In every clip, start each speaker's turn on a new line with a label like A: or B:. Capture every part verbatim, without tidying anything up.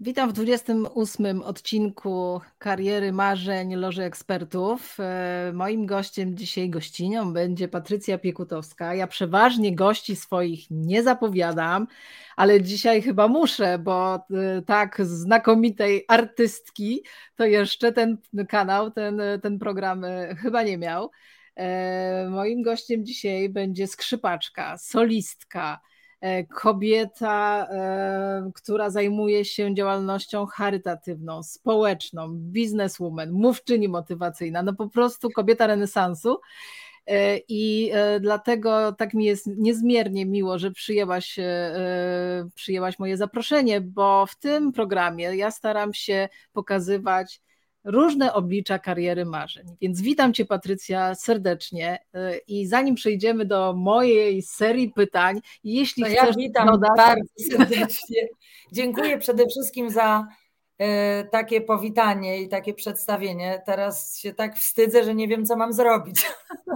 A: Witam w dwudziestym ósmym odcinku Kariery Marzeń Loży Ekspertów. E, Moim gościem dzisiaj, gościnią będzie Patrycja Piekutowska. Ja przeważnie gości swoich nie zapowiadam, ale dzisiaj chyba muszę, bo e, tak znakomitej artystki to jeszcze ten kanał, ten, ten program e, chyba nie miał. E, Moim gościem dzisiaj będzie skrzypaczka, solistka, e, kobieta, e, która zajmuje się działalnością charytatywną, społeczną, bizneswoman, mówczyni motywacyjna, no po prostu kobieta renesansu. E, I e, dlatego tak mi jest niezmiernie miło, że przyjęłaś, e, przyjęłaś moje zaproszenie, bo w tym programie ja staram się pokazywać różne oblicza kariery marzeń. Więc witam Cię, Patrycja, serdecznie. E, I zanim przejdziemy do mojej serii pytań, jeśli
B: To ja
A: chcesz
B: witam
A: dodać.
B: bardzo serdecznie. Dziękuję przede wszystkim za e, takie powitanie i takie przedstawienie. Teraz się tak wstydzę, że nie wiem, co mam zrobić.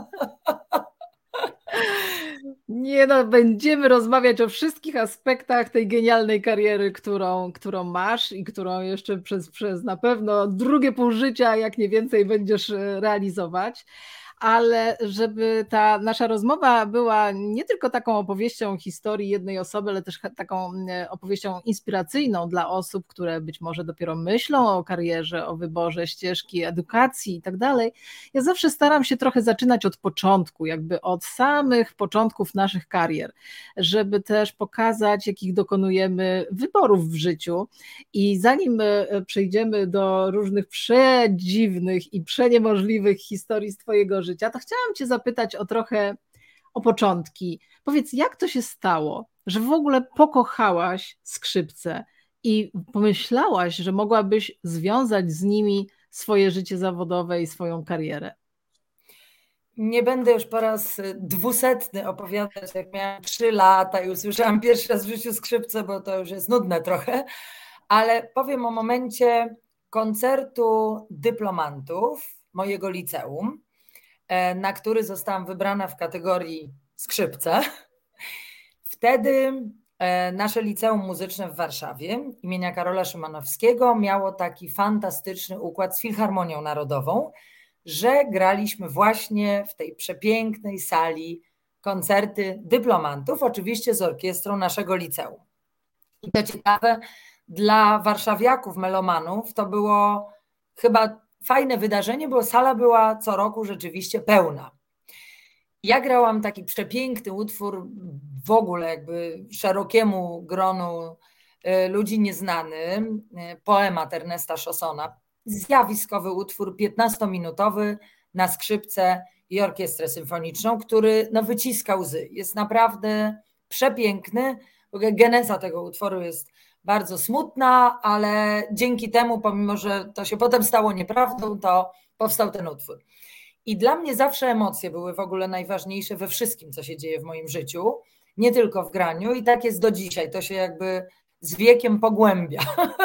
A: Nie no, będziemy rozmawiać o wszystkich aspektach tej genialnej kariery, którą, którą masz i którą jeszcze przez, przez na pewno drugie pół życia, jak nie więcej, będziesz e, realizować. Ale żeby ta nasza rozmowa była nie tylko taką opowieścią historii jednej osoby, ale też taką e, opowieścią inspiracyjną dla osób, które być może dopiero myślą o karierze, o wyborze ścieżki edukacji i tak dalej, ja zawsze staram się trochę zaczynać od początku, jakby od samych początków naszych karier, żeby też pokazać, jakich dokonujemy wyborów w życiu. I zanim e, przejdziemy do różnych przedziwnych i przeniemożliwych historii z Twojego życia, to chciałam Cię zapytać o trochę o początki. Powiedz, jak to się stało, że w ogóle pokochałaś skrzypce i pomyślałaś, że mogłabyś związać z nimi swoje życie zawodowe i swoją karierę?
B: Nie będę już po raz dwusetny opowiadać, jak miałam trzy lata i usłyszałam pierwszy raz w życiu skrzypce, bo to już jest nudne trochę, ale powiem o momencie koncertu dyplomantów mojego liceum, na który zostałam wybrana w kategorii skrzypce. Wtedy nasze liceum muzyczne w Warszawie imienia Karola Szymanowskiego miało taki fantastyczny układ z Filharmonią Narodową, że graliśmy właśnie w tej przepięknej sali koncerty dyplomantów, oczywiście z orkiestrą naszego liceum. I to ciekawe, dla warszawiaków, melomanów to było chyba fajne wydarzenie, bo sala była co roku rzeczywiście pełna. Ja grałam taki przepiękny utwór w ogóle jakby szerokiemu gronu ludzi nieznany, poemat Ernesta Chaussona, zjawiskowy utwór piętnastominutowy na skrzypce i orkiestrę symfoniczną, który no, wyciska łzy. Jest naprawdę przepiękny. Geneza tego utworu jest bardzo smutna, ale dzięki temu, pomimo że to się potem stało nieprawdą, to powstał ten utwór. I dla mnie zawsze emocje były w ogóle najważniejsze we wszystkim, co się dzieje w moim życiu, nie tylko w graniu, i tak jest do dzisiaj. To się jakby z wiekiem pogłębia.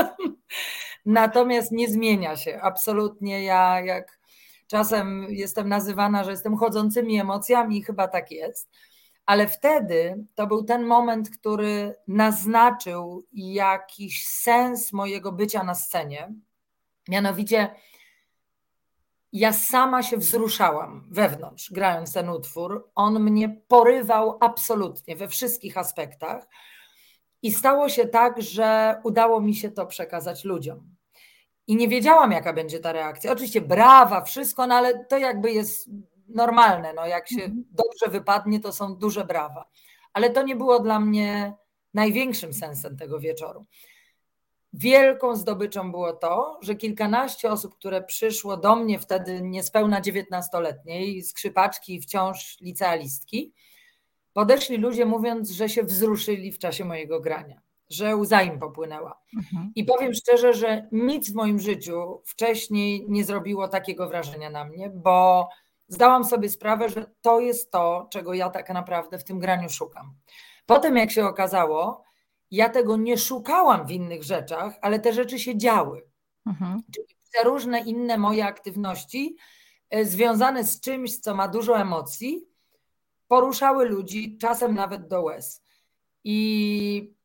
B: Natomiast nie zmienia się. Absolutnie ja jak czasem jestem nazywana, że jestem chodzącymi emocjami, chyba tak jest. Ale wtedy to był ten moment, który naznaczył jakiś sens mojego bycia na scenie. Mianowicie ja sama się wzruszałam wewnątrz, grając ten utwór. On mnie porywał absolutnie we wszystkich aspektach. I stało się tak, że udało mi się to przekazać ludziom. I nie wiedziałam, jaka będzie ta reakcja. Oczywiście brawa, wszystko, no ale to jakby jest normalne. No jak się dobrze wypadnie, to są duże brawa. Ale to nie było dla mnie największym sensem tego wieczoru. Wielką zdobyczą było to, że kilkanaście osób, które przyszło do mnie wtedy niespełna dziewiętnastoletniej, skrzypaczki i wciąż licealistki, podeszli ludzie mówiąc, że się wzruszyli w czasie mojego grania, że łza im popłynęła. Mhm. I powiem szczerze, że nic w moim życiu wcześniej nie zrobiło takiego wrażenia na mnie, bo zdałam sobie sprawę, że to jest to, czego ja tak naprawdę w tym graniu szukam. Potem, jak się okazało, ja tego nie szukałam w innych rzeczach, ale te rzeczy się działy. Mhm. Czyli te różne inne moje aktywności związane z czymś, co ma dużo emocji, poruszały ludzi, czasem nawet do łez. I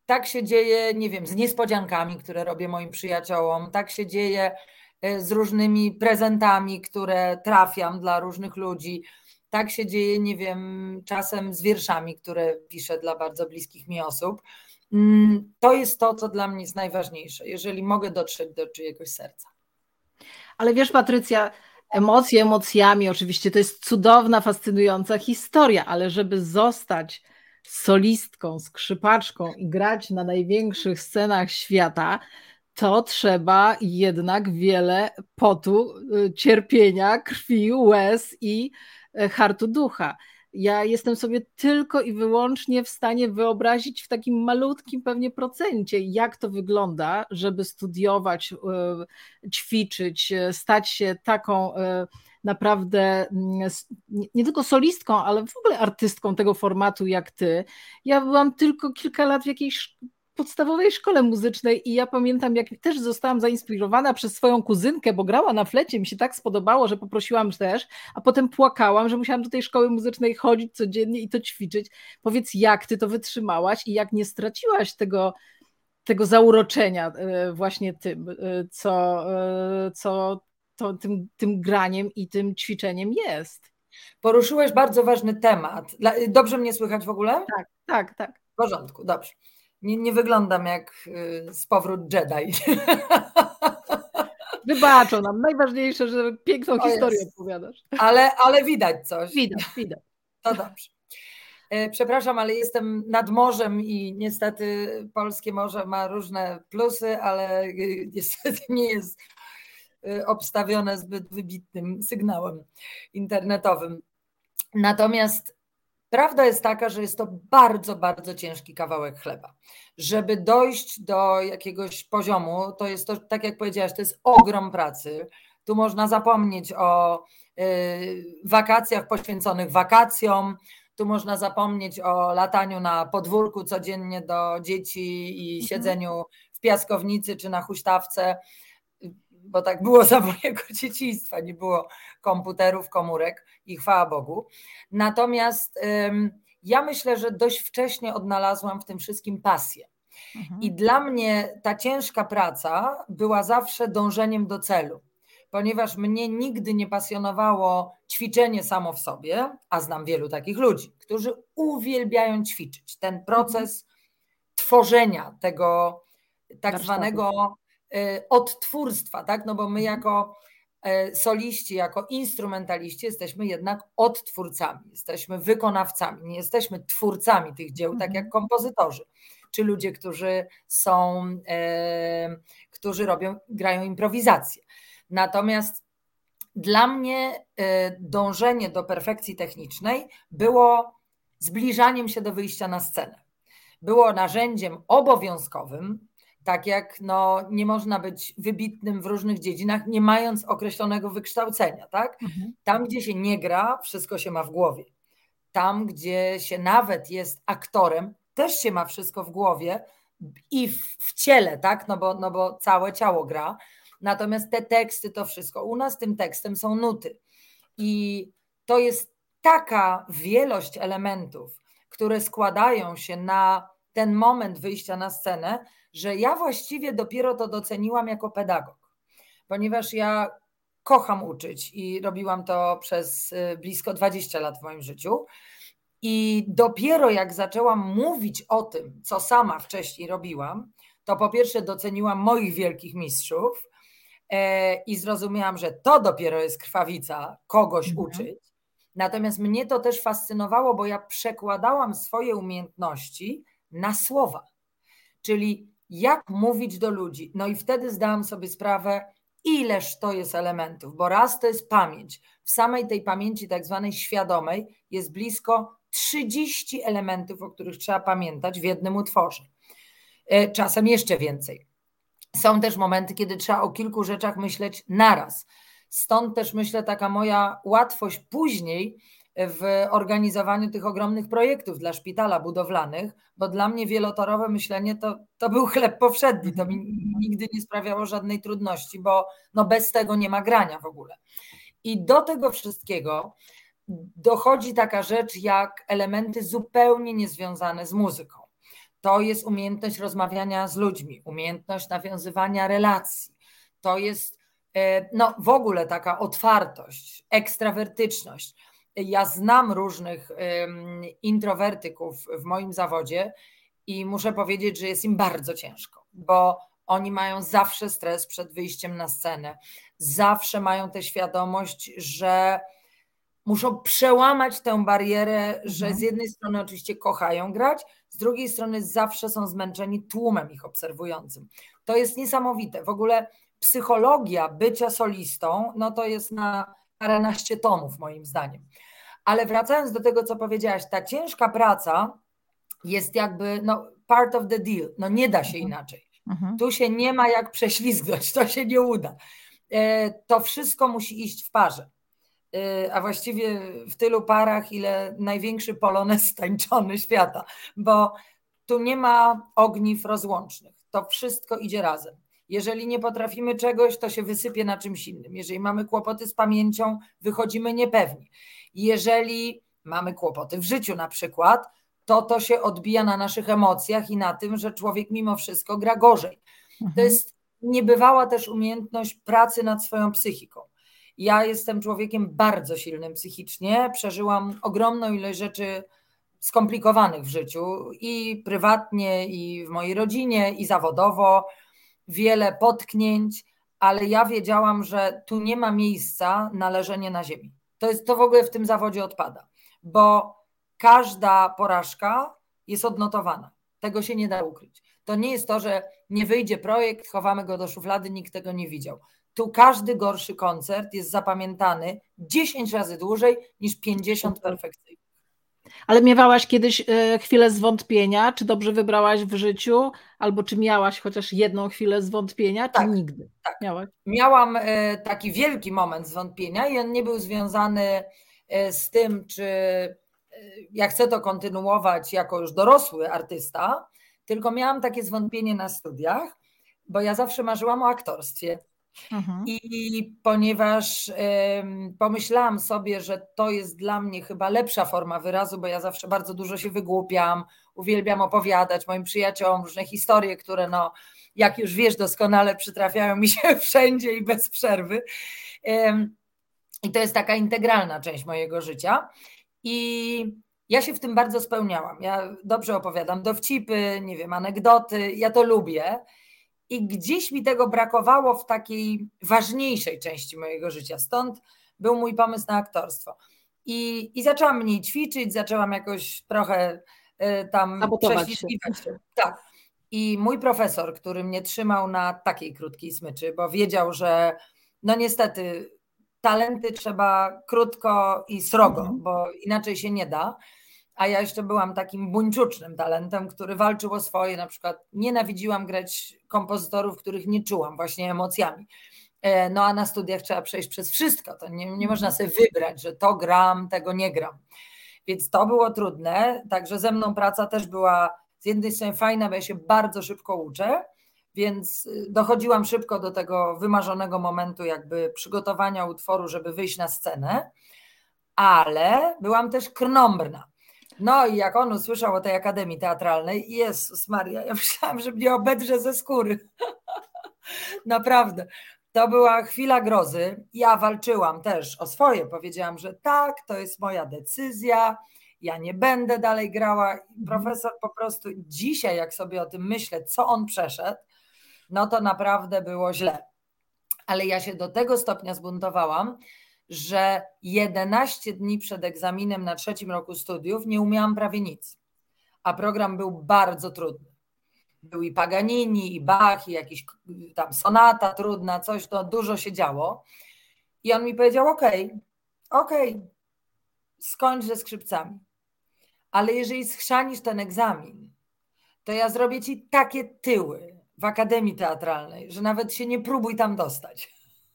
B: Tak się dzieje, nie wiem, z niespodziankami, które robię moim przyjaciołom, tak się dzieje z różnymi prezentami, które trafiam dla różnych ludzi. Tak się dzieje, nie wiem, czasem z wierszami, które piszę dla bardzo bliskich mi osób. To jest to, co dla mnie jest najważniejsze, jeżeli mogę dotrzeć do czyjegoś serca.
A: Ale wiesz, Patrycja, emocje emocjami, oczywiście to jest cudowna, fascynująca historia, ale żeby zostać solistką, skrzypaczką i grać na największych scenach świata, to trzeba jednak wiele potu, cierpienia, krwi, łez i hartu ducha. Ja jestem sobie tylko i wyłącznie w stanie wyobrazić w takim malutkim pewnie procencie, jak to wygląda, żeby studiować, ćwiczyć, stać się taką naprawdę nie tylko solistką, ale w ogóle artystką tego formatu jak ty. Ja byłam tylko kilka lat w jakiejś podstawowej szkole muzycznej i ja pamiętam, jak też zostałam zainspirowana przez swoją kuzynkę, bo grała na flecie, mi się tak spodobało, że poprosiłam też, a potem płakałam, że musiałam do tej szkoły muzycznej chodzić codziennie i to ćwiczyć. Powiedz, jak ty to wytrzymałaś i jak nie straciłaś tego, tego zauroczenia właśnie tym, co, co to, tym, tym graniem i tym ćwiczeniem jest.
B: Poruszyłeś bardzo ważny temat. Dobrze mnie słychać w ogóle?
A: Tak, tak, tak.
B: W porządku, dobrze. Nie, nie wyglądam jak z powrót Jedi.
A: Wybaczą nam. Najważniejsze, że piękną o historię jest. Opowiadasz.
B: Ale, ale widać coś.
A: Widać, widać.
B: To dobrze. Przepraszam, ale jestem nad morzem i niestety polskie morze ma różne plusy, ale niestety nie jest obstawione zbyt wybitnym sygnałem internetowym. Natomiast prawda jest taka, że jest to bardzo, bardzo ciężki kawałek chleba. Żeby dojść do jakiegoś poziomu, to jest to, tak jak powiedziałaś, to jest ogrom pracy. Tu można zapomnieć o y, wakacjach poświęconych wakacjom, tu można zapomnieć o lataniu na podwórku codziennie do dzieci i mhm. siedzeniu w piaskownicy czy na huśtawce, bo tak było za mojego dzieciństwa, nie było komputerów, komórek i chwała Bogu. Natomiast ym, ja myślę, że dość wcześnie odnalazłam w tym wszystkim pasję. Mhm. I dla mnie ta ciężka praca była zawsze dążeniem do celu, ponieważ mnie nigdy nie pasjonowało ćwiczenie samo w sobie, a znam wielu takich ludzi, którzy uwielbiają ćwiczyć. Ten proces mhm. tworzenia tego tak Warsztatu. zwanego odtwórstwa, tak? No bo my jako soliści, jako instrumentaliści jesteśmy jednak odtwórcami, jesteśmy wykonawcami, nie jesteśmy twórcami tych dzieł, tak jak kompozytorzy, czy ludzie, którzy są, e, którzy robią, grają improwizację. Natomiast dla mnie e, dążenie do perfekcji technicznej było zbliżaniem się do wyjścia na scenę. Było narzędziem obowiązkowym, tak jak no, nie można być wybitnym w różnych dziedzinach, nie mając określonego wykształcenia. Tak? Mhm. Tam, gdzie się nie gra, wszystko się ma w głowie. Tam, gdzie się nawet jest aktorem, też się ma wszystko w głowie i w, w ciele, tak? no, bo, no bo całe ciało gra. Natomiast te teksty, to wszystko. U nas tym tekstem są nuty. I to jest taka wielość elementów, które składają się na ten moment wyjścia na scenę, że ja właściwie dopiero to doceniłam jako pedagog, ponieważ ja kocham uczyć i robiłam to przez blisko dwadzieścia lat w moim życiu i dopiero jak zaczęłam mówić o tym, co sama wcześniej robiłam, to po pierwsze doceniłam moich wielkich mistrzów i zrozumiałam, że to dopiero jest krwawica kogoś mhm. uczyć. Natomiast mnie to też fascynowało, bo ja przekładałam swoje umiejętności na słowa, czyli jak mówić do ludzi. No i wtedy zdałam sobie sprawę, ileż to jest elementów, bo raz to jest pamięć. W samej tej pamięci tak zwanej świadomej jest blisko trzydzieści elementów, o których trzeba pamiętać w jednym utworze. Czasem jeszcze więcej. Są też momenty, kiedy trzeba o kilku rzeczach myśleć naraz. Stąd też myślę taka moja łatwość później w organizowaniu tych ogromnych projektów dla szpitala budowlanych, bo dla mnie wielotorowe myślenie to, to był chleb powszedni, to mi nigdy nie sprawiało żadnej trudności, bo no bez tego nie ma grania w ogóle. I do tego wszystkiego dochodzi taka rzecz jak elementy zupełnie niezwiązane z muzyką. to jest umiejętność rozmawiania z ludźmi, umiejętność nawiązywania relacji, to jest no, w ogóle taka otwartość, ekstrawertyczność. Ja znam różnych um, introwertyków w moim zawodzie i muszę powiedzieć, że jest im bardzo ciężko, bo oni mają zawsze stres przed wyjściem na scenę, zawsze mają tę świadomość, że muszą przełamać tę barierę, mhm. że z jednej strony oczywiście kochają grać, z drugiej strony zawsze są zmęczeni tłumem ich obserwującym. To jest niesamowite. W ogóle psychologia bycia solistą, no to jest na paręnaście tonów moim zdaniem. Ale wracając do tego, co powiedziałaś, ta ciężka praca jest jakby no, part of the deal. No nie da się mhm. inaczej. Mhm. Tu się nie ma jak prześlizgnąć, to się nie uda. To wszystko musi iść w parze. A właściwie w tylu parach, ile największy polonez tańczony świata, bo tu nie ma ogniw rozłącznych. To wszystko idzie razem. Jeżeli nie potrafimy czegoś, to się wysypie na czymś innym. Jeżeli mamy kłopoty z pamięcią, wychodzimy niepewni. Jeżeli mamy kłopoty w życiu na przykład, to to się odbija na naszych emocjach i na tym, że człowiek mimo wszystko gra gorzej. Mhm. To jest niebywała też umiejętność pracy nad swoją psychiką. Ja jestem człowiekiem bardzo silnym psychicznie, przeżyłam ogromną ilość rzeczy skomplikowanych w życiu i prywatnie, i w mojej rodzinie, i zawodowo, wiele potknięć, ale ja wiedziałam, że tu nie ma miejsca na leżenie na ziemi. To jest, to w ogóle w tym zawodzie odpada, bo każda porażka jest odnotowana. Tego się nie da ukryć. To nie jest to, że nie wyjdzie projekt, chowamy go do szuflady, nikt tego nie widział. Tu każdy gorszy koncert jest zapamiętany dziesięć razy dłużej niż pięćdziesiąt perfekcyjnych.
A: Ale miewałaś kiedyś chwilę zwątpienia, czy dobrze wybrałaś w życiu, albo czy miałaś chociaż jedną chwilę zwątpienia, czy
B: tak,
A: nigdy?
B: Tak,
A: miałaś?
B: Miałam taki wielki moment zwątpienia i on nie był związany z tym, czy ja chcę to kontynuować jako już dorosły artysta, tylko miałam takie zwątpienie na studiach, bo ja zawsze marzyłam o aktorstwie. Mhm. I ponieważ y, pomyślałam sobie, że to jest dla mnie chyba lepsza forma wyrazu, bo ja zawsze bardzo dużo się wygłupiam, uwielbiam opowiadać moim przyjaciołom różne historie, które no, jak już wiesz doskonale, przytrafiają mi się wszędzie i bez przerwy. Y, I to jest taka integralna część mojego życia. I ja się w tym bardzo spełniałam. Ja dobrze opowiadam dowcipy, nie wiem, anegdoty, ja to lubię. I gdzieś mi tego brakowało w takiej ważniejszej części mojego życia. Stąd był mój pomysł na aktorstwo. I, i zaczęłam mniej ćwiczyć, zaczęłam jakoś trochę y, tam prześlizgiwać się. Tak. I mój profesor, który mnie trzymał na takiej krótkiej smyczy, bo wiedział, że no niestety talenty trzeba krótko i srogo, mhm. bo inaczej się nie da. A ja jeszcze byłam takim buńczucznym talentem, który walczył o swoje, na przykład nienawidziłam grać kompozytorów, których nie czułam właśnie emocjami. No a na studiach trzeba przejść przez wszystko, to nie, nie można sobie wybrać, że to gram, tego nie gram. Więc to było trudne, także ze mną praca też była z jednej strony fajna, bo ja się bardzo szybko uczę, więc dochodziłam szybko do tego wymarzonego momentu jakby przygotowania utworu, żeby wyjść na scenę, ale byłam też krnąbrna. No i jak on usłyszał o tej Akademii Teatralnej, Jezus Maria, ja myślałam, że mnie obedrze ze skóry. Naprawdę. To była chwila grozy. Ja walczyłam też o swoje. Powiedziałam, że tak, to jest moja decyzja, ja nie będę dalej grała. Profesor po prostu dzisiaj, jak sobie o tym myślę, co on przeszedł, no to naprawdę było źle. Ale ja się do tego stopnia zbuntowałam, że jedenaście dni przed egzaminem na trzecim roku studiów nie umiałam prawie nic, a program był bardzo trudny. Był i Paganini, i Bach, i jakiś tam sonata trudna, coś, to dużo się działo. I on mi powiedział, okej, okay, okej, okay, skończ ze skrzypcami, ale jeżeli schrzanisz ten egzamin, to ja zrobię ci takie tyły w Akademii Teatralnej, że nawet się nie próbuj tam dostać.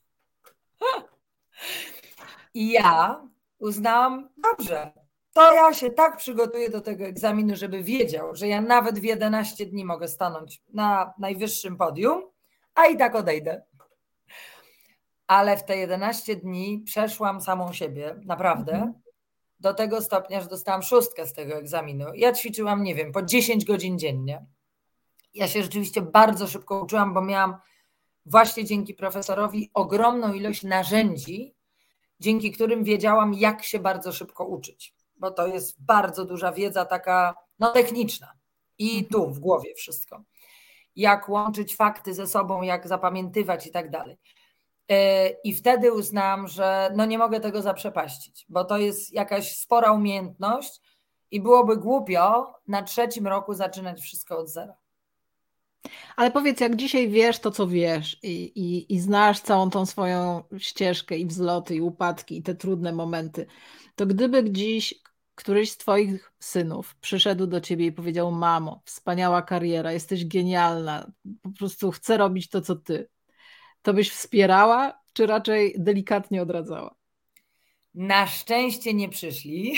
B: I ja uznałam, dobrze, to ja się tak przygotuję do tego egzaminu, żeby wiedział, że ja nawet w jedenaście dni mogę stanąć na najwyższym podium, a i tak odejdę. Ale w te jedenaście dni przeszłam samą siebie, naprawdę. do tego stopnia, że dostałam szóstkę z tego egzaminu. Ja ćwiczyłam, nie wiem, po dziesięć godzin dziennie. Ja się rzeczywiście bardzo szybko uczyłam, bo miałam właśnie dzięki profesorowi ogromną ilość narzędzi, dzięki którym wiedziałam, jak się bardzo szybko uczyć, bo to jest bardzo duża wiedza taka no, techniczna i tu w głowie wszystko. Jak łączyć fakty ze sobą, jak zapamiętywać i tak dalej. I wtedy uznałam, że no nie mogę tego zaprzepaścić, bo to jest jakaś spora umiejętność i byłoby głupio na trzecim roku zaczynać wszystko od zera.
A: Ale powiedz, jak dzisiaj wiesz to, co wiesz i, i, i znasz całą tą swoją ścieżkę i wzloty, i upadki, i te trudne momenty, to gdyby gdzieś któryś z twoich synów przyszedł do ciebie i powiedział: mamo, wspaniała kariera, jesteś genialna, po prostu chcę robić to, co ty, to byś wspierała, czy raczej delikatnie odradzała?
B: Na szczęście nie przyszli.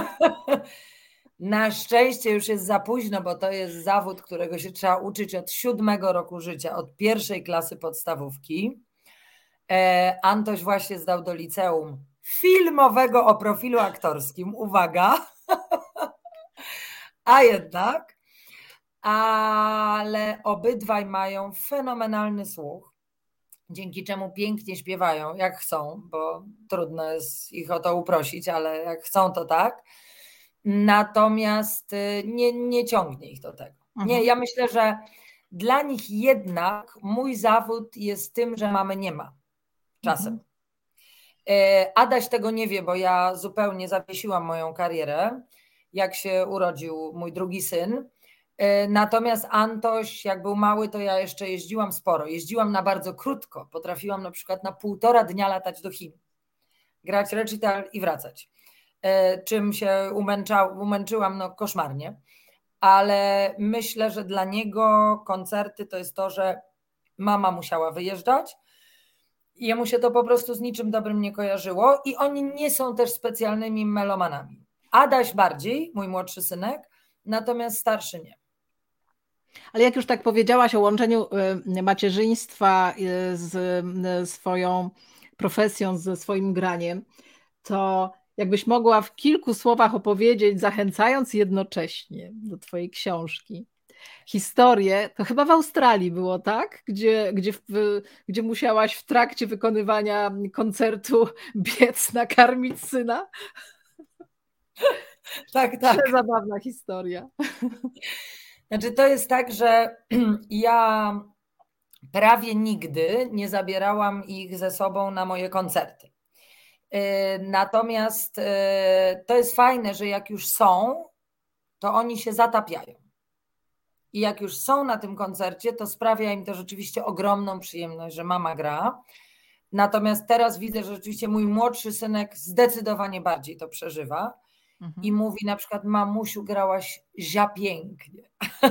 B: Na szczęście już jest za późno, bo to jest zawód, którego się trzeba uczyć od siódmego roku życia, od pierwszej klasy podstawówki. Antoś właśnie zdał do liceum filmowego o profilu aktorskim. Uwaga! A jednak, ale obydwaj mają fenomenalny słuch, dzięki czemu pięknie śpiewają, jak chcą, bo trudno jest ich o to uprosić, ale jak chcą, to tak. Natomiast nie, nie ciągnie ich do tego. Nie, ja myślę, że dla nich jednak mój zawód jest tym, że mamy nie ma czasem. Mhm. Adaś tego nie wie, bo ja zupełnie zawiesiłam moją karierę, jak się urodził mój drugi syn. Natomiast Antoś, jak był mały, to ja jeszcze jeździłam sporo. Jeździłam na bardzo krótko. Potrafiłam na przykład na półtora dnia latać do Chin, grać recital i wracać. Czym się umęcza, umęczyłam no koszmarnie. Ale myślę, że dla niego koncerty to jest to, że mama musiała wyjeżdżać. Jemu się to po prostu z niczym dobrym nie kojarzyło i oni nie są też specjalnymi melomanami. Adaś bardziej, mój młodszy synek, natomiast starszy nie.
A: Ale jak już tak powiedziałaś o łączeniu macierzyństwa z swoją profesją, ze swoim graniem, to jakbyś mogła w kilku słowach opowiedzieć, zachęcając jednocześnie do twojej książki, historię, to chyba w Australii było, tak? Gdzie, gdzie, gdzie musiałaś w trakcie wykonywania koncertu biec nakarmić syna?
B: Tak, tak.
A: Przezabawna historia.
B: Znaczy to jest tak, że ja prawie nigdy nie zabierałam ich ze sobą na moje koncerty. Natomiast to jest fajne, że jak już są, to oni się zatapiają. I jak już są na tym koncercie, to sprawia im to rzeczywiście ogromną przyjemność, że mama gra. Natomiast teraz widzę, że rzeczywiście mój młodszy synek zdecydowanie bardziej to przeżywa. Mhm. I mówi na przykład: mamusiu, grałaś zia pięknie.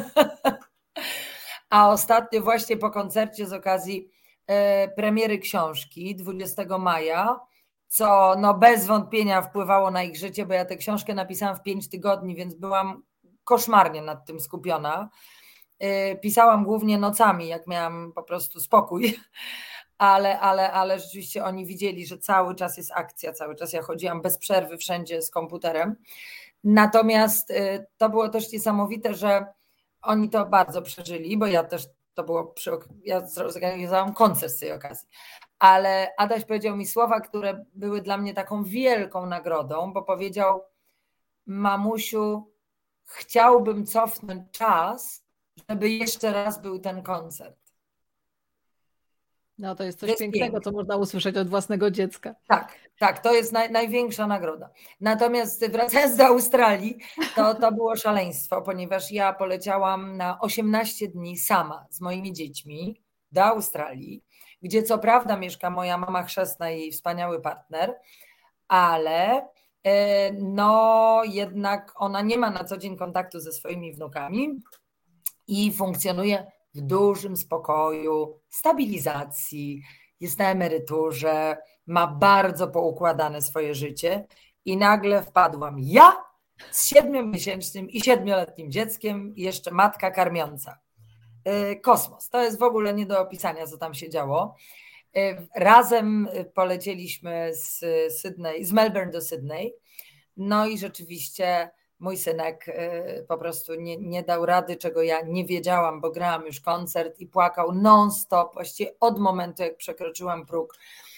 B: A ostatnio właśnie po koncercie z okazji e, premiery książki dwudziestego maja, co no bez wątpienia wpływało na ich życie, bo ja tę książkę napisałam w pięć tygodni, więc byłam koszmarnie nad tym skupiona. E, pisałam głównie nocami, jak miałam po prostu spokój. Ale, ale, ale rzeczywiście oni widzieli, że cały czas jest akcja, cały czas ja chodziłam bez przerwy wszędzie z komputerem. Natomiast to było też niesamowite, że oni to bardzo przeżyli, bo ja też to było, przy, ja zorganizowałam koncert z tej okazji. Ale Adaś powiedział mi słowa, które były dla mnie taką wielką nagrodą, bo powiedział: mamusiu, chciałbym cofnąć czas, żeby jeszcze raz był ten koncert.
A: No to jest coś to jest pięknego, piękne. Co można usłyszeć od własnego dziecka.
B: Tak, tak, to jest naj, największa nagroda. Natomiast wracając do Australii, to, to było szaleństwo, ponieważ ja poleciałam na osiemnaście dni sama z moimi dziećmi do Australii, gdzie co prawda mieszka moja mama chrzestna i wspaniały partner, ale no jednak ona nie ma na co dzień kontaktu ze swoimi wnukami i funkcjonuje w dużym spokoju, stabilizacji, jest na emeryturze, ma bardzo poukładane swoje życie i nagle wpadłam ja z siedmiomiesięcznym i siedmioletnim dzieckiem i jeszcze matka karmiąca. Kosmos, to jest w ogóle nie do opisania, co tam się działo. Razem polecieliśmy z Sydney, z Melbourne do Sydney. No i rzeczywiście mój synek po prostu nie, nie dał rady, czego ja nie wiedziałam, bo grałam już koncert i płakał non-stop, właściwie od momentu, jak przekroczyłam próg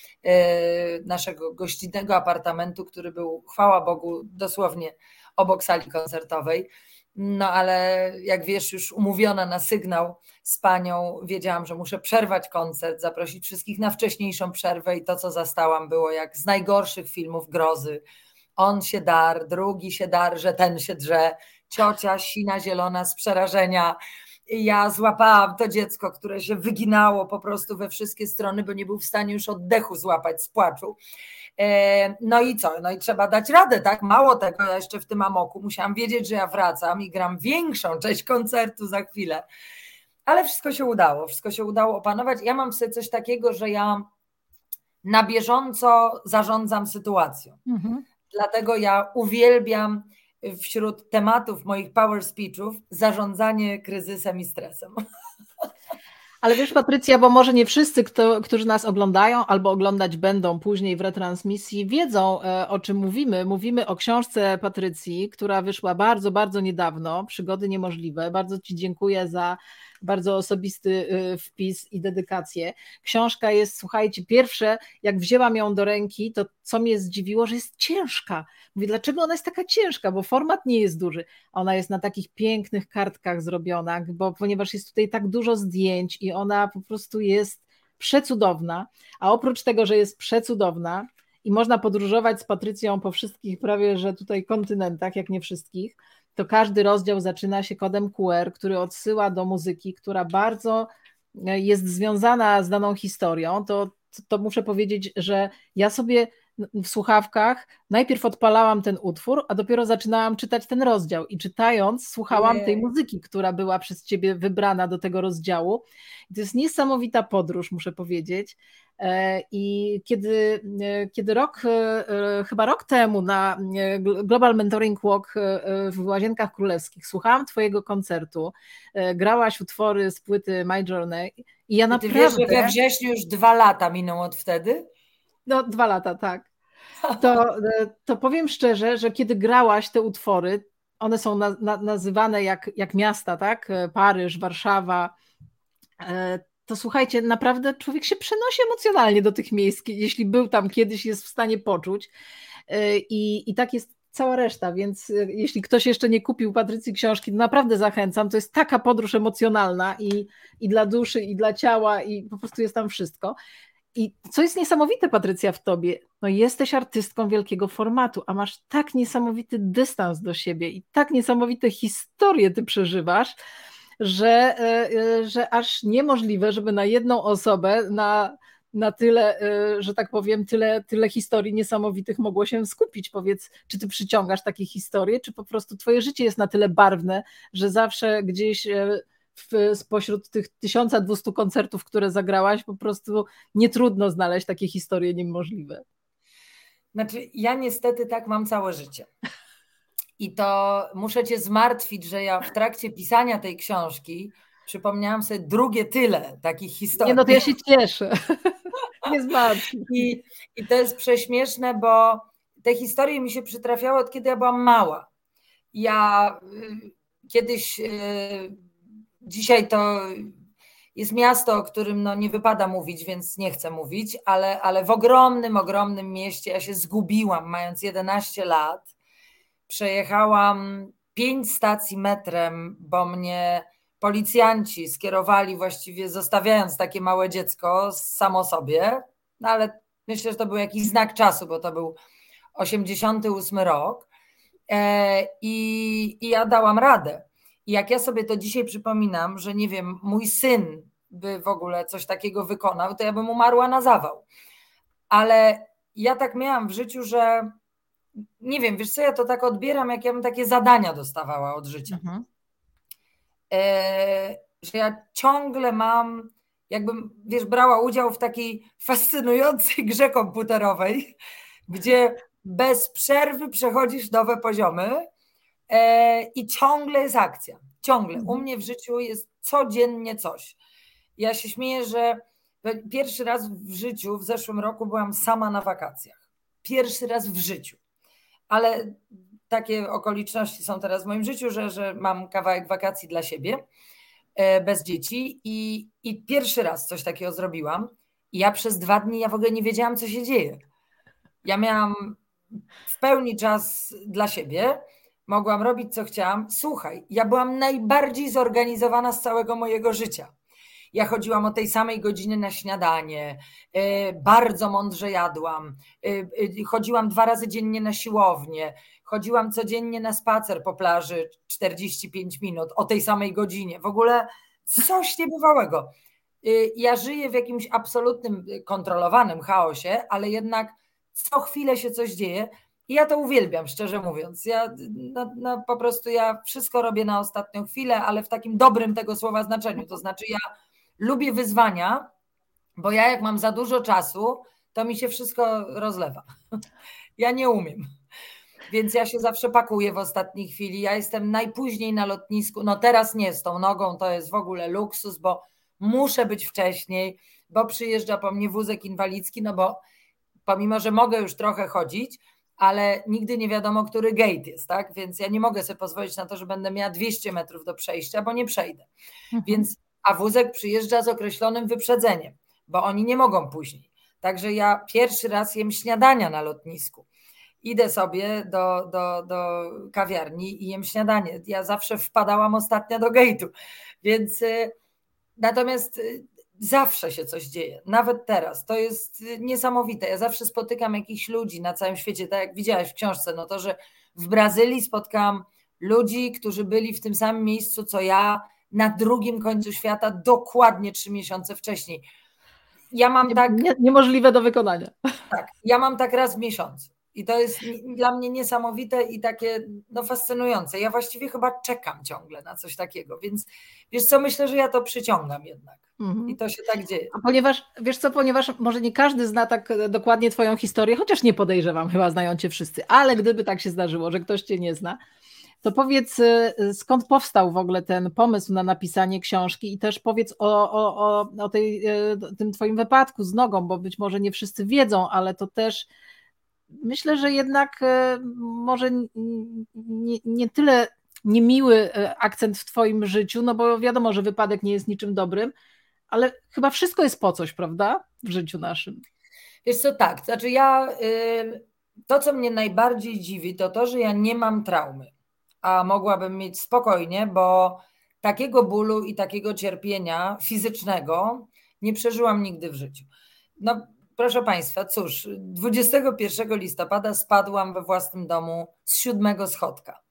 B: naszego gościnnego apartamentu, który był, chwała Bogu, dosłownie obok sali koncertowej. No ale jak wiesz, już umówiona na sygnał z panią, wiedziałam, że muszę przerwać koncert, zaprosić wszystkich na wcześniejszą przerwę i to, co zastałam, było jak z najgorszych filmów grozy. On się dar, drugi się dar, że ten się drze, ciocia sina zielona z przerażenia. I ja złapałam to dziecko, które się wyginało po prostu we wszystkie strony, bo nie był w stanie już oddechu złapać z płaczu. No i co? No i trzeba dać radę, tak? Mało tego, ja jeszcze w tym amoku musiałam wiedzieć, że ja wracam i gram większą część koncertu za chwilę. Ale wszystko się udało, wszystko się udało opanować. Ja mam sobie coś takiego, że ja na bieżąco zarządzam sytuacją. Mhm. Dlatego ja uwielbiam wśród tematów moich power speechów zarządzanie kryzysem i stresem.
A: Ale wiesz, Patrycja, bo może nie wszyscy, kto, którzy nas oglądają albo oglądać będą później w retransmisji, wiedzą, o czym mówimy. Mówimy o książce Patrycji, która wyszła bardzo, bardzo niedawno, Przygody niemożliwe. Bardzo Ci dziękuję za bardzo osobisty wpis i dedykację. Książka jest, słuchajcie, pierwsze, jak wzięłam ją do ręki, to co mnie zdziwiło, że jest ciężka. Mówię, dlaczego ona jest taka ciężka, bo format nie jest duży. Ona jest na takich pięknych kartkach zrobiona, bo ponieważ jest tutaj tak dużo zdjęć i ona po prostu jest przecudowna, a oprócz tego, że jest przecudowna i można podróżować z Patrycją po wszystkich prawie, że tutaj kontynentach, jak nie wszystkich, to każdy rozdział zaczyna się kodem Q R, który odsyła do muzyki, która bardzo jest związana z daną historią. To, to muszę powiedzieć, że ja sobie w słuchawkach najpierw odpalałam ten utwór, a dopiero zaczynałam czytać ten rozdział i czytając słuchałam Nie. tej muzyki, która była przez ciebie wybrana do tego rozdziału. I to jest niesamowita podróż, muszę powiedzieć. I kiedy, kiedy rok, chyba rok temu na Global Mentoring Walk w Łazienkach Królewskich słuchałam twojego koncertu, grałaś utwory z płyty My Journey i ja
B: Ty
A: naprawdę...
B: wiesz, że we wrześniu już dwa lata miną od wtedy?
A: No dwa lata, tak. To, to powiem szczerze, że kiedy grałaś te utwory, one są na, na, nazywane jak, jak miasta, tak? Paryż, Warszawa, to słuchajcie, naprawdę człowiek się przenosi emocjonalnie do tych miejsc, jeśli był tam kiedyś, jest w stanie poczuć. I, i tak jest cała reszta, więc jeśli ktoś jeszcze nie kupił Patrycji książki, to naprawdę zachęcam. To jest taka podróż emocjonalna i, i dla duszy, i dla ciała, i po prostu jest tam wszystko. I co jest niesamowite, Patrycja, w tobie, no jesteś artystką wielkiego formatu, a masz tak niesamowity dystans do siebie i tak niesamowite historie ty przeżywasz, że, że aż niemożliwe, żeby na jedną osobę, na, na tyle, że tak powiem, tyle, tyle historii niesamowitych mogło się skupić. Powiedz, czy ty przyciągasz takie historie, czy po prostu twoje życie jest na tyle barwne, że zawsze gdzieś w, spośród tych tysiąc dwieście koncertów, które zagrałaś, po prostu nie trudno znaleźć takie historie niemożliwe.
B: Znaczy, ja niestety tak mam całe życie. I to muszę cię zmartwić, że ja w trakcie pisania tej książki przypomniałam sobie drugie tyle takich historii.
A: Nie, no to ja się cieszę. Nie zmartwię.
B: I, I to jest prześmieszne, bo te historie mi się przytrafiały od kiedy ja byłam mała. Ja y, kiedyś, y, dzisiaj to jest miasto, o którym no, nie wypada mówić, więc nie chcę mówić, ale, ale w ogromnym, ogromnym mieście ja się zgubiłam, mając jedenaście lat. Przejechałam pięć stacji metrem, bo mnie policjanci skierowali właściwie zostawiając takie małe dziecko samo sobie, no ale myślę, że to był jakiś znak czasu, bo to był osiemdziesiąty ósmy rok i, i ja dałam radę. I jak ja sobie to dzisiaj przypominam, że nie wiem, mój syn by w ogóle coś takiego wykonał, to ja bym umarła na zawał. Ale ja tak miałam w życiu, że nie wiem, wiesz co, ja to tak odbieram, jak ja bym takie zadania dostawała od życia. Mhm. E, że ja ciągle mam, jakbym, wiesz, brała udział w takiej fascynującej grze komputerowej, gdzie bez przerwy przechodzisz nowe poziomy e, i ciągle jest akcja. Ciągle. Mhm. U mnie w życiu jest codziennie coś. Ja się śmieję, że pierwszy raz w życiu w zeszłym roku byłam sama na wakacjach. Pierwszy raz w życiu. ale takie okoliczności są teraz w moim życiu, że, że mam kawałek wakacji dla siebie, bez dzieci i, i pierwszy raz coś takiego zrobiłam. I ja przez dwa dni ja w ogóle nie wiedziałam, co się dzieje. Ja miałam w pełni czas dla siebie, mogłam robić, co chciałam. Słuchaj, ja byłam najbardziej zorganizowana z całego mojego życia. Ja chodziłam o tej samej godzinie na śniadanie, bardzo mądrze jadłam, chodziłam dwa razy dziennie na siłownię, chodziłam codziennie na spacer po plaży czterdzieści pięć minut o tej samej godzinie. W ogóle coś niebywałego. Ja żyję w jakimś absolutnym, kontrolowanym chaosie, ale jednak co chwilę się coś dzieje i ja to uwielbiam, szczerze mówiąc. Ja no, no, po prostu ja wszystko robię na ostatnią chwilę, ale w takim dobrym tego słowa znaczeniu. To znaczy ja lubię wyzwania, bo ja jak mam za dużo czasu, to mi się wszystko rozlewa. Ja nie umiem. Więc ja się zawsze pakuję w ostatniej chwili. Ja jestem najpóźniej na lotnisku. No teraz nie, z tą nogą to jest w ogóle luksus, bo muszę być wcześniej, bo przyjeżdża po mnie wózek inwalidzki, no bo pomimo, że mogę już trochę chodzić, ale nigdy nie wiadomo, który gate jest, tak? Więc ja nie mogę sobie pozwolić na to, że będę miała dwieście metrów do przejścia, bo nie przejdę. Mhm. Więc, a wózek przyjeżdża z określonym wyprzedzeniem, bo oni nie mogą później. Także ja pierwszy raz jem śniadania na lotnisku. Idę sobie do, do, do kawiarni i jem śniadanie. Ja zawsze wpadałam ostatnia do gate'u, więc y, natomiast y, zawsze się coś dzieje, nawet teraz. To jest niesamowite. Ja zawsze spotykam jakichś ludzi na całym świecie, tak jak widziałaś w książce, no to, że w Brazylii spotkałam ludzi, którzy byli w tym samym miejscu, co ja, na drugim końcu świata, dokładnie trzy miesiące wcześniej. Ja mam
A: nie,
B: tak...
A: Nie, niemożliwe do wykonania.
B: Tak, ja mam tak raz w miesiącu. I to jest dla mnie niesamowite i takie no, fascynujące. Ja właściwie chyba czekam ciągle na coś takiego, więc wiesz co, myślę, że ja to przyciągam jednak. Mhm. I to się tak dzieje.
A: A ponieważ, wiesz co, ponieważ może nie każdy zna tak dokładnie twoją historię, chociaż nie podejrzewam, chyba znają cię wszyscy, ale gdyby tak się zdarzyło, że ktoś cię nie zna, to powiedz, skąd powstał w ogóle ten pomysł na napisanie książki i też powiedz o, o, o, o tej, tym twoim wypadku z nogą, bo być może nie wszyscy wiedzą, ale to też myślę, że jednak może nie, nie tyle niemiły akcent w twoim życiu, no bo wiadomo, że wypadek nie jest niczym dobrym, ale chyba wszystko jest po coś, prawda? W życiu naszym.
B: Wiesz co, tak, znaczy ja, to co mnie najbardziej dziwi, to to, że ja nie mam traumy, a mogłabym mieć spokojnie, bo takiego bólu i takiego cierpienia fizycznego nie przeżyłam nigdy w życiu. No proszę Państwa, cóż, dwudziestego pierwszego listopada spadłam we własnym domu z siódmego schodka.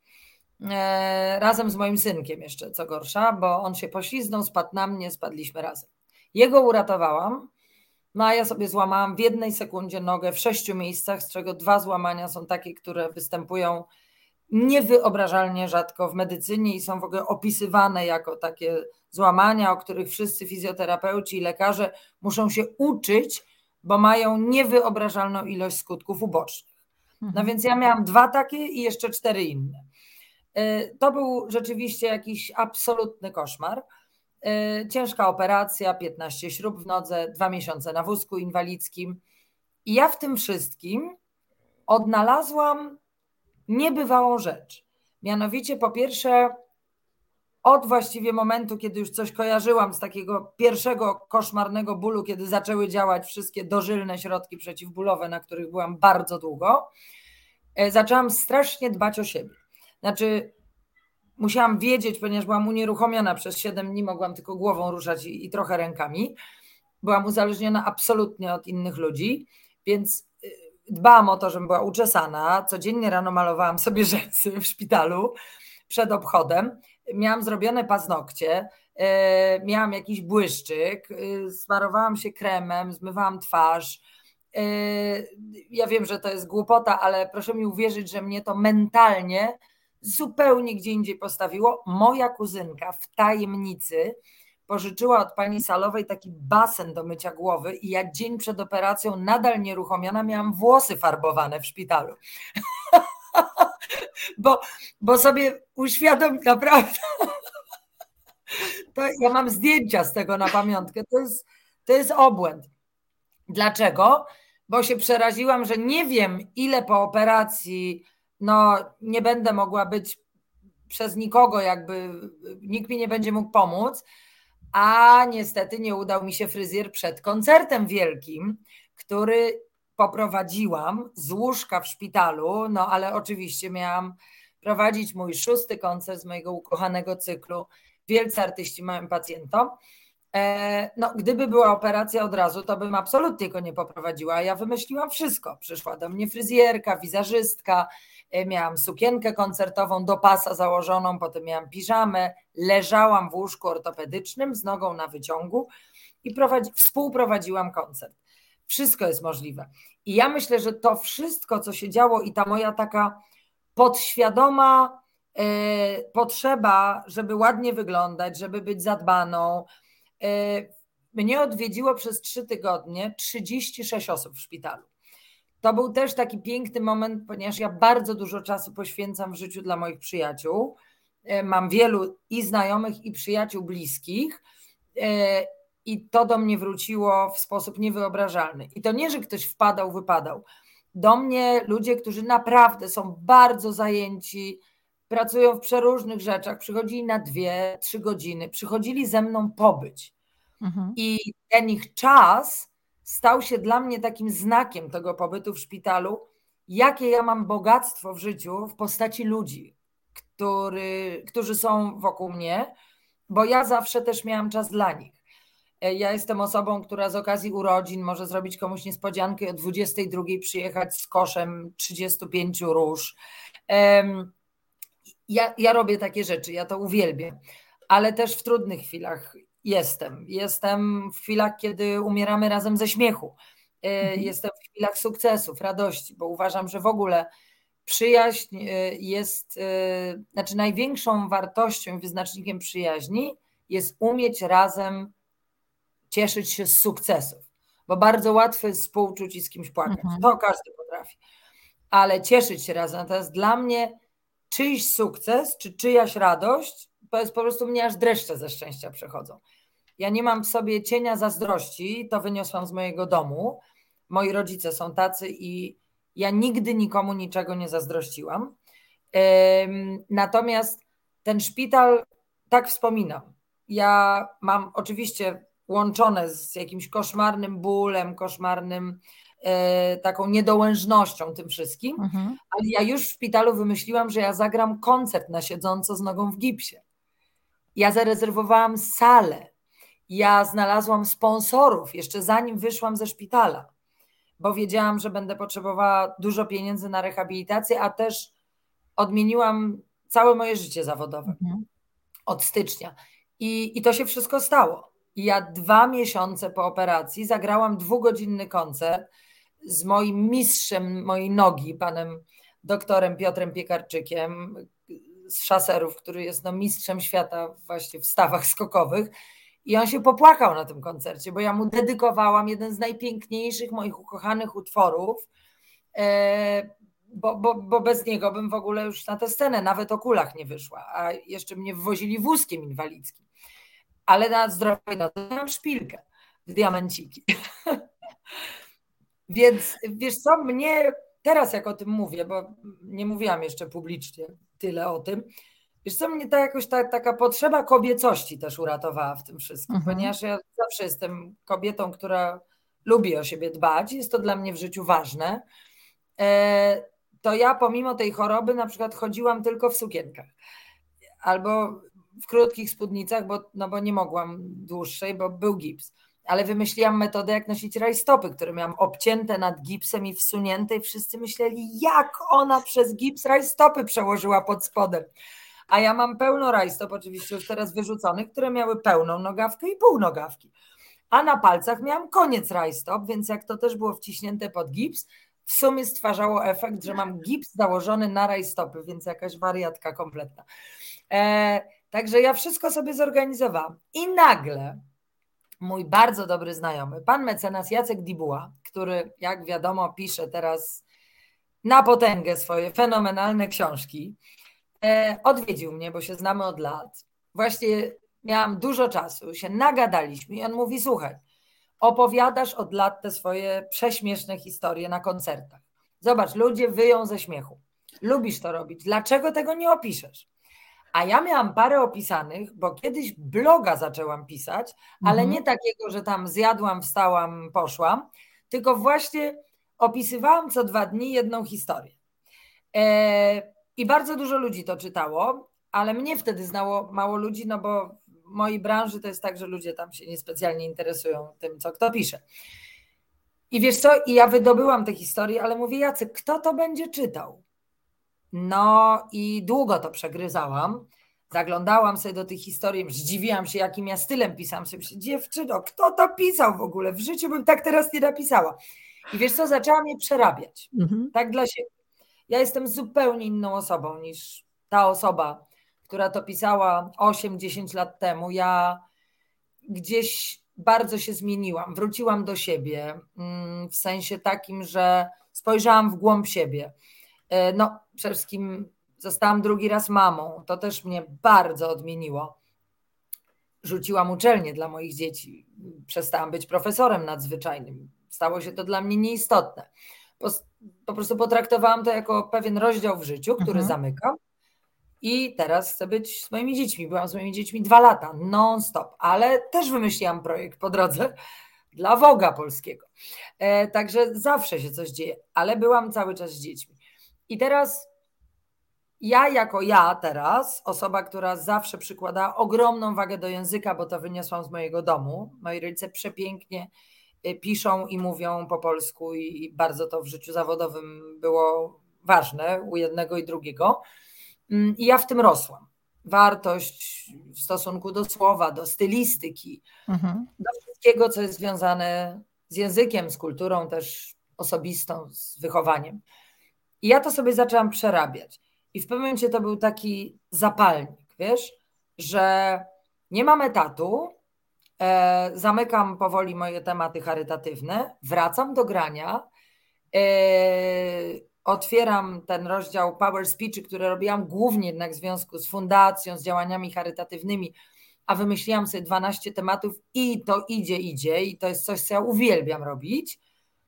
B: E, razem z moim synkiem jeszcze, co gorsza, bo on się pośliznął, spadł na mnie, spadliśmy razem. Jego uratowałam, no a ja sobie złamałam w jednej sekundzie nogę w sześciu miejscach, z czego dwa złamania są takie, które występują niewyobrażalnie rzadko w medycynie i są w ogóle opisywane jako takie złamania, o których wszyscy fizjoterapeuci i lekarze muszą się uczyć, bo mają niewyobrażalną ilość skutków ubocznych. No więc ja miałam dwa takie i jeszcze cztery inne. To był rzeczywiście jakiś absolutny koszmar. Ciężka operacja, piętnaście śrub w nodze, dwa miesiące na wózku inwalidzkim. I ja w tym wszystkim odnalazłam niebywałą rzecz. Mianowicie po pierwsze od właściwie momentu, kiedy już coś kojarzyłam z takiego pierwszego koszmarnego bólu, kiedy zaczęły działać wszystkie dożylne środki przeciwbólowe, na których byłam bardzo długo, zaczęłam strasznie dbać o siebie. Znaczy musiałam wiedzieć, ponieważ byłam unieruchomiona przez siedem dni, mogłam tylko głową ruszać i, i trochę rękami. Byłam uzależniona absolutnie od innych ludzi, więc dbałam o to, żebym była uczesana. Codziennie rano malowałam sobie rzęsy w szpitalu przed obchodem. Miałam zrobione paznokcie, miałam jakiś błyszczyk, smarowałam się kremem, zmywałam twarz. Ja wiem, że to jest głupota, ale proszę mi uwierzyć, że mnie to mentalnie zupełnie gdzie indziej postawiło. Moja kuzynka w tajemnicy pożyczyła od pani salowej taki basen do mycia głowy i ja dzień przed operacją nadal nieruchomiona miałam włosy farbowane w szpitalu. bo, bo sobie uświadom naprawdę, to ja mam zdjęcia z tego na pamiątkę, to jest, to jest obłęd. Dlaczego? Bo się przeraziłam, że nie wiem ile po operacji no nie będę mogła być przez nikogo, jakby nikt mi nie będzie mógł pomóc, a niestety nie udał mi się fryzjer przed koncertem wielkim, który poprowadziłam z łóżka w szpitalu, no ale oczywiście miałam prowadzić mój szósty koncert z mojego ukochanego cyklu Wielcy artyści małym pacjentom. No, gdyby była operacja od razu, to bym absolutnie go nie poprowadziła. Ja wymyśliłam wszystko. Przyszła do mnie fryzjerka, wizażystka, miałam sukienkę koncertową do pasa założoną, potem miałam piżamę, leżałam w łóżku ortopedycznym z nogą na wyciągu i prowadzi, współprowadziłam koncert. Wszystko jest możliwe. I ja myślę, że to wszystko, co się działo i ta moja taka podświadoma y, potrzeba, żeby ładnie wyglądać, żeby być zadbaną, y, mnie odwiedziło przez trzy tygodnie trzydzieści sześć osób w szpitalu. To był też taki piękny moment, ponieważ ja bardzo dużo czasu poświęcam w życiu dla moich przyjaciół. Y, mam wielu i znajomych, i przyjaciół bliskich. Y, I to do mnie wróciło w sposób niewyobrażalny. I to nie, że ktoś wpadał, wypadał. Do mnie ludzie, którzy naprawdę są bardzo zajęci, pracują w przeróżnych rzeczach, przychodzili na dwie, trzy godziny, przychodzili ze mną pobyć. Mhm. I ten ich czas stał się dla mnie takim znakiem tego pobytu w szpitalu, jakie ja mam bogactwo w życiu w postaci ludzi, który, którzy są wokół mnie, bo ja zawsze też miałam czas dla nich. Ja jestem osobą, która z okazji urodzin może zrobić komuś niespodziankę i o dwudziestej drugiej przyjechać z koszem trzydziestu pięciu róż. Ja, ja robię takie rzeczy, ja to uwielbiam, ale też w trudnych chwilach jestem. Jestem w chwilach, kiedy umieramy razem ze śmiechu. Mhm. Jestem w chwilach sukcesów, radości, bo uważam, że w ogóle przyjaźń jest, znaczy największą wartością i wyznacznikiem przyjaźni jest umieć razem cieszyć się z sukcesów, bo bardzo łatwo jest współczuć i z kimś płakać. Mhm. To każdy potrafi. Ale cieszyć się razem. Natomiast dla mnie czyjś sukces, czy czyjaś radość, to jest po prostu mnie aż dreszcze ze szczęścia przechodzą. Ja nie mam w sobie cienia zazdrości, to wyniosłam z mojego domu. Moi rodzice są tacy i ja nigdy nikomu niczego nie zazdrościłam. Natomiast ten szpital, tak wspominam. Ja mam oczywiście łączone z jakimś koszmarnym bólem, koszmarnym e, taką niedołężnością tym wszystkim, mhm. ale ja już w szpitalu wymyśliłam, że ja zagram koncert na siedząco z nogą w gipsie. Ja zarezerwowałam salę, ja znalazłam sponsorów jeszcze zanim wyszłam ze szpitala, bo wiedziałam, że będę potrzebowała dużo pieniędzy na rehabilitację, a też odmieniłam całe moje życie zawodowe mhm. od stycznia i, i to się wszystko stało. Ja dwa miesiące po operacji zagrałam dwugodzinny koncert z moim mistrzem mojej nogi, panem doktorem Piotrem Piekarczykiem z Szaserów, który jest no mistrzem świata właśnie w stawach skokowych. I on się popłakał na tym koncercie, bo ja mu dedykowałam jeden z najpiękniejszych moich ukochanych utworów, bo, bo, bo bez niego bym w ogóle już na tę scenę nawet o kulach nie wyszła, a jeszcze mnie wwozili wózkiem inwalidzkim. Ale na zdrowie no to mam szpilkę w diamenciki. Więc wiesz co, mnie teraz jak o tym mówię, bo nie mówiłam jeszcze publicznie tyle o tym, wiesz co, mnie ta jakoś ta, taka potrzeba kobiecości też uratowała w tym wszystkim, mhm. ponieważ ja zawsze jestem kobietą, która lubi o siebie dbać, jest to dla mnie w życiu ważne, to ja pomimo tej choroby na przykład chodziłam tylko w sukienkach albo w krótkich spódnicach, bo, no bo nie mogłam dłuższej, bo był gips. Ale wymyśliłam metodę, jak nosić rajstopy, które miałam obcięte nad gipsem i wsunięte i wszyscy myśleli, jak ona przez gips rajstopy przełożyła pod spodem. A ja mam pełno rajstop, oczywiście już teraz wyrzuconych, które miały pełną nogawkę i pół nogawki. A na palcach miałam koniec rajstop, więc jak to też było wciśnięte pod gips, w sumie stwarzało efekt, że mam gips założony na rajstopy, więc jakaś wariatka kompletna. E, Także ja wszystko sobie zorganizowałam. I nagle mój bardzo dobry znajomy, pan mecenas Jacek Dibuła, który jak wiadomo pisze teraz na potęgę swoje fenomenalne książki, odwiedził mnie, bo się znamy od lat. Właśnie miałam dużo czasu, się nagadaliśmy i on mówi, słuchaj, opowiadasz od lat te swoje prześmieszne historie na koncertach. Zobacz, ludzie wyją ze śmiechu. lubisz to robić, dlaczego tego nie opiszesz? A ja miałam parę opisanych, bo kiedyś bloga zaczęłam pisać, ale
A: Mhm.
B: nie takiego, że tam zjadłam, wstałam, poszłam, tylko właśnie opisywałam co dwa dni jedną historię. E, I bardzo dużo ludzi to czytało, ale mnie wtedy znało mało ludzi, no bo w mojej branży to jest tak, że ludzie tam się niespecjalnie interesują tym, co kto pisze. I wiesz co, i ja wydobyłam te historie, ale mówię, Jacek, kto to będzie czytał? No i długo to przegryzałam. Zaglądałam sobie do tych historii, zdziwiłam się, jakim ja stylem pisałam. Sobie, dziewczyno, kto to pisał w ogóle? W życiu bym tak teraz nie napisała. I wiesz co, zaczęłam je przerabiać. Mhm. Tak dla siebie. Ja jestem zupełnie inną osobą niż ta osoba, która to pisała osiem dziesięć lat temu. Ja gdzieś bardzo się zmieniłam, wróciłam do siebie w sensie takim, że spojrzałam w głąb siebie. No, przede wszystkim zostałam drugi raz mamą. To też mnie bardzo odmieniło. Rzuciłam uczelnię dla moich dzieci. Przestałam być profesorem nadzwyczajnym. Stało się to dla mnie nieistotne. Po, po prostu potraktowałam to jako pewien rozdział w życiu, który mhm. zamykam. I teraz chcę być z moimi dziećmi. Byłam z moimi dziećmi dwa lata, non-stop. Ale też wymyśliłam projekt po drodze dla Woga polskiego. E, także zawsze się coś dzieje. Ale byłam cały czas z dziećmi. I teraz ja jako ja teraz, osoba, która zawsze przykładała ogromną wagę do języka, bo to wyniosłam z mojego domu. Moi rodzice przepięknie piszą i mówią po polsku i bardzo to w życiu zawodowym było ważne u jednego i drugiego. I ja w tym rosłam. Wartość w stosunku do słowa, do stylistyki, mhm. do wszystkiego, co jest związane z językiem, z kulturą też osobistą, z wychowaniem. I ja to sobie zaczęłam przerabiać. I w pewnym momencie to był taki zapalnik, wiesz, że nie mam etatu, e, zamykam powoli moje tematy charytatywne, wracam do grania, e, otwieram ten rozdział Power Speechy, które robiłam głównie jednak w związku z fundacją, z działaniami charytatywnymi, a wymyśliłam sobie dwanaście tematów i to idzie, idzie i to jest coś, co ja uwielbiam robić.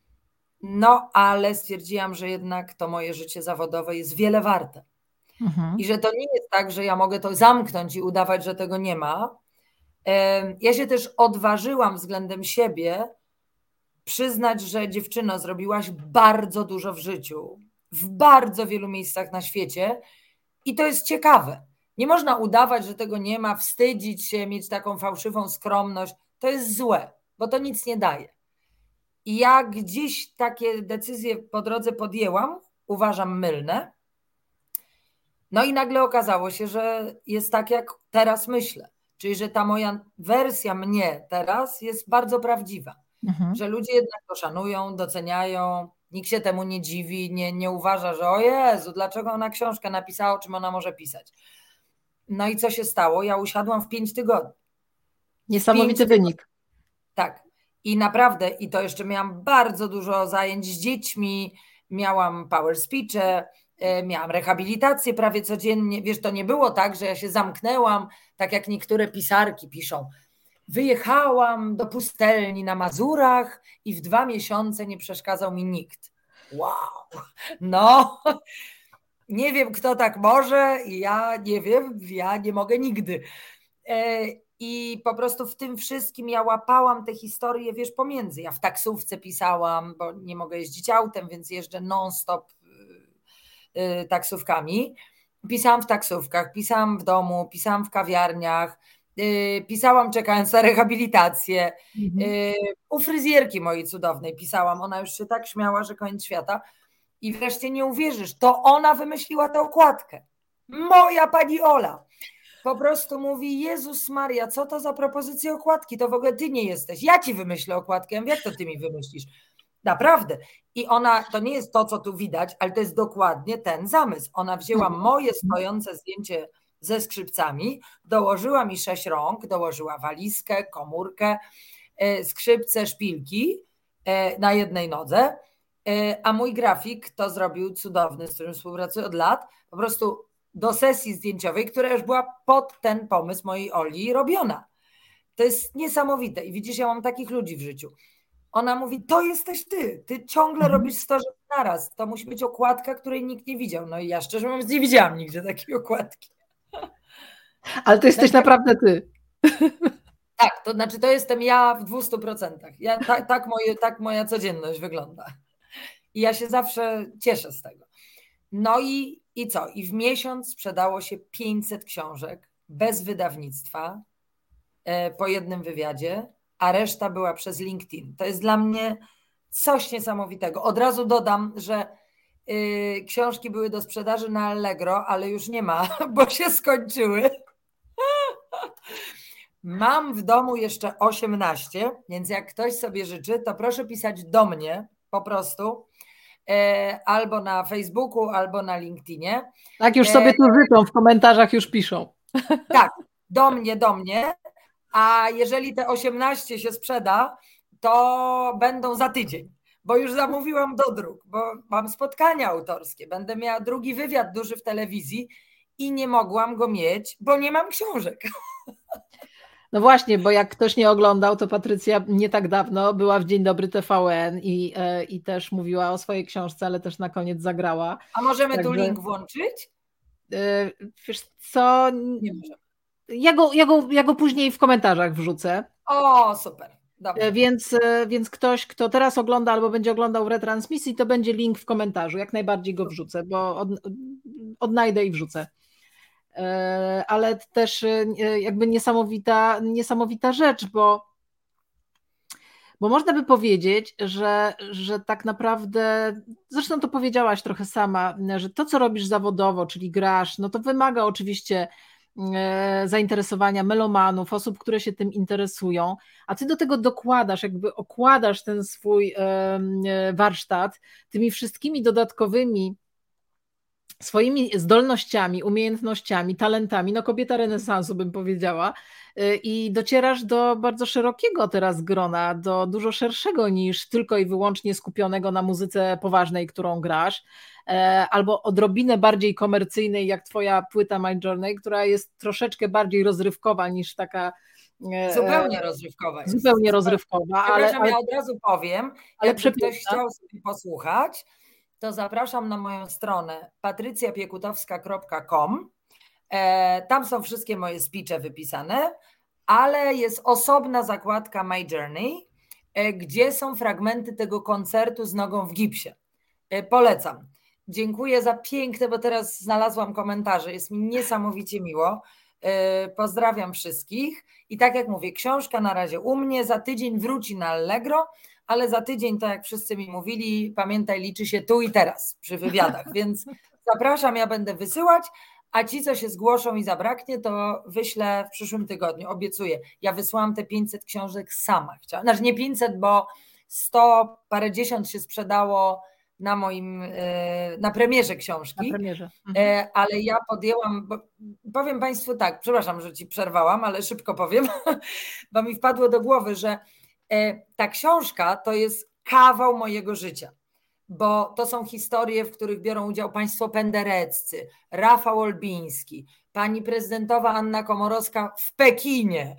B: No, ale stwierdziłam, że jednak to moje życie zawodowe jest wiele warte. Mhm. I że to nie jest tak, że ja mogę to zamknąć i udawać, że tego nie ma. Ja się też odważyłam względem siebie przyznać, że dziewczyno, zrobiłaś bardzo dużo w życiu, w bardzo wielu miejscach na świecie i to jest ciekawe. Nie można udawać, że tego nie ma, wstydzić się, mieć taką fałszywą skromność. To jest złe, bo to nic nie daje. I ja gdzieś takie decyzje po drodze podjęłam, uważam mylne. No i nagle okazało się, że jest tak, jak teraz myślę. Czyli, że ta moja wersja mnie teraz jest bardzo prawdziwa. Mhm. Że ludzie jednak to szanują, doceniają, nikt się temu nie dziwi, nie, nie uważa, że o Jezu, dlaczego ona książkę napisała, o czym ona może pisać. No i co się stało? Ja usiadłam w pięć tygodni.
A: Niesamowity pięć wynik.
B: Tygodni. Tak. I naprawdę, i to jeszcze miałam bardzo dużo zajęć z dziećmi, miałam power speeche, miałam rehabilitację prawie codziennie. Wiesz, to nie było tak, że ja się zamknęłam, tak jak niektóre pisarki piszą. Wyjechałam do pustelni na Mazurach i w dwa miesiące nie przeszkadzał mi nikt. Wow! No, nie wiem, kto tak może i ja nie wiem, ja nie mogę nigdy. I po prostu w tym wszystkim ja łapałam te historie, wiesz, pomiędzy. Ja w taksówce pisałam, bo nie mogę jeździć autem, więc jeżdżę non-stop taksówkami. Pisałam w taksówkach, pisałam w domu, pisałam w kawiarniach, pisałam czekając na rehabilitację. Mhm. U fryzjerki mojej cudownej pisałam, ona już się tak śmiała, że koniec świata. I wreszcie nie uwierzysz, to ona wymyśliła tę okładkę. Moja pani Ola. Po prostu mówi, Jezus Maria, co to za propozycja okładki? To w ogóle ty nie jesteś. Ja ci wymyślę okładkę. Ja mówię, jak to ty mi wymyślisz? Naprawdę. I ona, to nie jest to, co tu widać, ale to jest dokładnie ten zamysł. Ona wzięła moje stojące zdjęcie ze skrzypcami, dołożyła mi sześć rąk, dołożyła walizkę, komórkę, skrzypce, szpilki na jednej nodze, a mój grafik to zrobił cudowny, z którym współpracuję od lat, po prostu do sesji zdjęciowej, która już była pod ten pomysł mojej Oli robiona. To jest niesamowite i widzisz, ja mam takich ludzi w życiu. Ona mówi, to jesteś ty, ty ciągle
A: Mhm.
B: robisz sto rzeczy naraz, to musi być okładka, której nikt nie widział. No i ja szczerze mówiąc nie widziałam nigdzie takiej okładki.
A: Ale to jesteś
B: Także,
A: naprawdę ty.
B: tak, to znaczy to jestem ja w dwustu procentach. Ja, tak, tak, moje, tak moja codzienność wygląda. I ja się zawsze cieszę z tego. No i, i co? I w miesiąc sprzedało się pięćset książek bez wydawnictwa e, po jednym wywiadzie, a reszta była przez LinkedIn. To jest dla mnie coś niesamowitego. Od razu dodam, że y, książki były do sprzedaży na Allegro, ale już nie ma, bo się skończyły. Mam w domu jeszcze osiemnaście, więc jak ktoś sobie życzy, to proszę pisać do mnie po prostu e, albo na Facebooku, albo na LinkedInie.
A: Tak już
B: E,
A: sobie tu życzą, w komentarzach już piszą.
B: tak, do mnie, do mnie. A jeżeli te osiemnaście się sprzeda, to będą za tydzień, bo już zamówiłam dodruk, bo mam spotkania autorskie, będę miała drugi wywiad duży w telewizji i nie mogłam go mieć, bo nie mam książek.
A: No właśnie, bo jak ktoś nie oglądał, to Patrycja nie tak dawno była w Dzień Dobry T V N i, e, i też mówiła o swojej książce, ale też na koniec zagrała.
B: A możemy tu
A: Także,
B: link włączyć?
A: e, wiesz co,
B: Nie możemy.
A: ja go, ja, go, ja go później w komentarzach wrzucę.
B: O, super.
A: E,
B: Dobrze.
A: Więc, e, więc ktoś, kto teraz ogląda albo będzie oglądał w retransmisji, to będzie link w komentarzu. Jak najbardziej go wrzucę, bo od, odnajdę i wrzucę. E, Ale też e, jakby niesamowita, niesamowita rzecz, bo, bo można by powiedzieć, że, że tak naprawdę, zresztą to powiedziałaś trochę sama, że to, co robisz zawodowo, czyli grasz, no to wymaga oczywiście e, zainteresowania melomanów, osób, które się tym interesują, a ty do tego dokładasz, jakby okładasz ten swój e, warsztat tymi wszystkimi dodatkowymi swoimi zdolnościami, umiejętnościami, talentami, no kobieta renesansu bym powiedziała, i docierasz do bardzo szerokiego teraz grona, do dużo szerszego niż tylko i wyłącznie skupionego na muzyce poważnej, którą grasz, albo odrobinę bardziej komercyjnej, jak twoja płyta My Journey, która jest troszeczkę bardziej rozrywkowa niż taka
B: Zupełnie rozrywkowa jest.
A: zupełnie rozrywkowa, ale,
B: Przepraszam,
A: ale,
B: ja od razu powiem,
A: ale
B: jakby ktoś
A: przepiękna.
B: chciał sobie posłuchać, to zapraszam na moją stronę patrycja piekutowska kropka com. Tam są wszystkie moje speeche wypisane, ale jest osobna zakładka My Journey, gdzie są fragmenty tego koncertu z nogą w gipsie. Polecam. Dziękuję za piękne, bo teraz znalazłam komentarze. Jest mi niesamowicie miło. Pozdrawiam wszystkich. I tak jak mówię, książka na razie u mnie, za tydzień wróci na Allegro, ale za tydzień, tak jak wszyscy mi mówili, pamiętaj, liczy się tu i teraz przy wywiadach, więc zapraszam, ja będę wysyłać, a ci, co się zgłoszą i zabraknie, to wyślę w przyszłym tygodniu, obiecuję. Ja wysłałam te pięćset książek sama. Chciałam, znaczy nie pięćset, bo sto parędziesiąt się sprzedało na moim, na premierze książki,
A: Na premierze. Mhm.
B: Ale ja podjęłam, bo powiem Państwu tak, przepraszam, że Ci przerwałam, ale szybko powiem, bo mi wpadło do głowy, że ta książka to jest kawał mojego życia, bo to są historie, w których biorą udział państwo pendereccy, Rafał Olbiński, pani prezydentowa Anna Komorowska w Pekinie.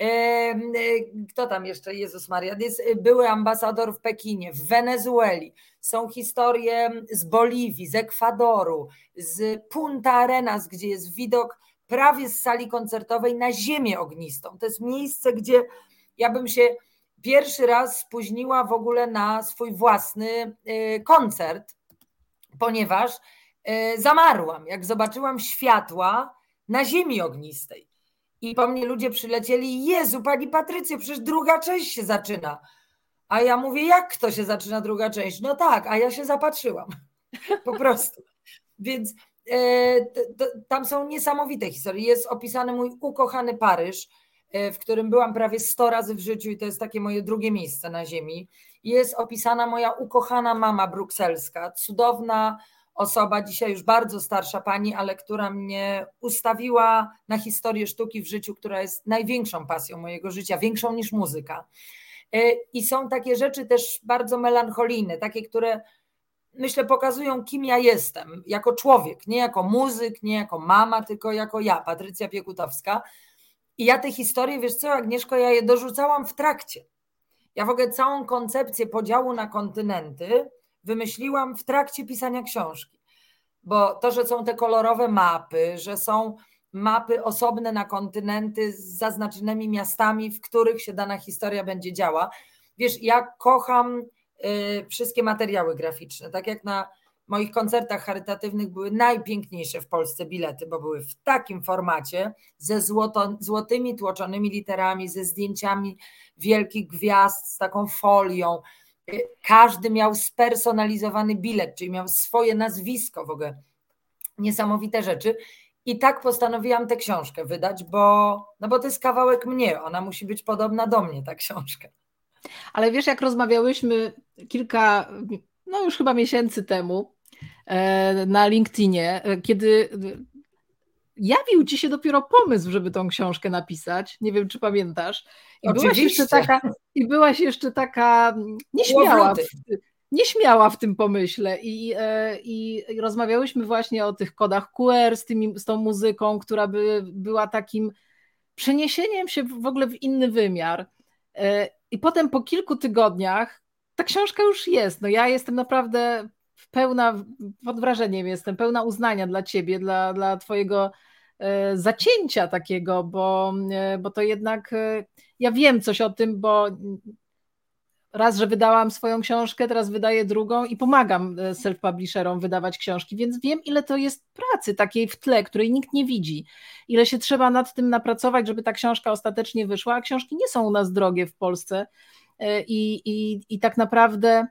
B: Kto tam jeszcze? Jezus Maria. Jest były ambasador w Pekinie, w Wenezueli. Są historie z Boliwii, z Ekwadoru, z Punta Arenas, gdzie jest widok prawie z sali koncertowej na ziemię ognistą. To jest miejsce, gdzie ja bym się pierwszy raz spóźniła w ogóle na swój własny koncert, ponieważ zamarłam, jak zobaczyłam światła na ziemi ognistej. I po mnie ludzie przylecieli, Jezu, pani Patrycjo, przecież druga część się zaczyna. A ja mówię, jak to się zaczyna druga część? No tak, a ja się zapatrzyłam. Po prostu. Więc e, to, to, tam są niesamowite historie. Jest opisany mój ukochany Paryż, w którym byłam prawie sto razy w życiu i to jest takie moje drugie miejsce na ziemi. Jest opisana moja ukochana mama brukselska, cudowna osoba, dzisiaj już bardzo starsza pani, ale która mnie ustawiła na historię sztuki w życiu, która jest największą pasją mojego życia, większą niż muzyka. I są takie rzeczy też bardzo melancholijne, takie, które myślę pokazują, kim ja jestem, jako człowiek, nie jako muzyk, nie jako mama, tylko jako ja, Patrycja Piekutowska. I ja te historie, wiesz co, Agnieszko, ja je dorzucałam w trakcie. Ja w ogóle całą koncepcję podziału na kontynenty wymyśliłam w trakcie pisania książki, bo to, że są te kolorowe mapy, że są mapy osobne na kontynenty z zaznaczonymi miastami, w których się dana historia będzie działa. Wiesz, ja kocham y, wszystkie materiały graficzne, tak jak na moich koncertach charytatywnych były najpiękniejsze w Polsce bilety, bo były w takim formacie, ze złoto, złotymi tłoczonymi literami, ze zdjęciami wielkich gwiazd, z taką folią. Każdy miał spersonalizowany bilet, czyli miał swoje nazwisko w ogóle. Niesamowite rzeczy. I tak postanowiłam tę książkę wydać, bo, no bo to jest kawałek mnie, ona musi być podobna do mnie, ta książka.
A: Ale wiesz, jak rozmawiałyśmy kilka, no już chyba miesięcy temu na LinkedInie, kiedy jawił ci się dopiero pomysł, żeby tą książkę napisać. Nie wiem, czy pamiętasz. I
B: Oczywiście.
A: byłaś jeszcze taka, i byłaś jeszcze taka nieśmiała, w, nieśmiała w tym pomyśle. I, i, I rozmawiałyśmy właśnie o tych kodach Q R z, tymi, z tą muzyką, która by była takim przeniesieniem się w ogóle w inny wymiar. I potem po kilku tygodniach ta książka już jest. No ja jestem naprawdę pełna, pod wrażeniem jestem, pełna uznania dla ciebie, dla, dla twojego zacięcia takiego, bo, bo to jednak ja wiem coś o tym, bo raz, że wydałam swoją książkę, teraz wydaję drugą i pomagam self-publisherom wydawać książki, więc wiem, ile to jest pracy takiej w tle, której nikt nie widzi. Ile się trzeba nad tym napracować, żeby ta książka ostatecznie wyszła, a książki nie są u nas drogie w Polsce i, i, i tak naprawdę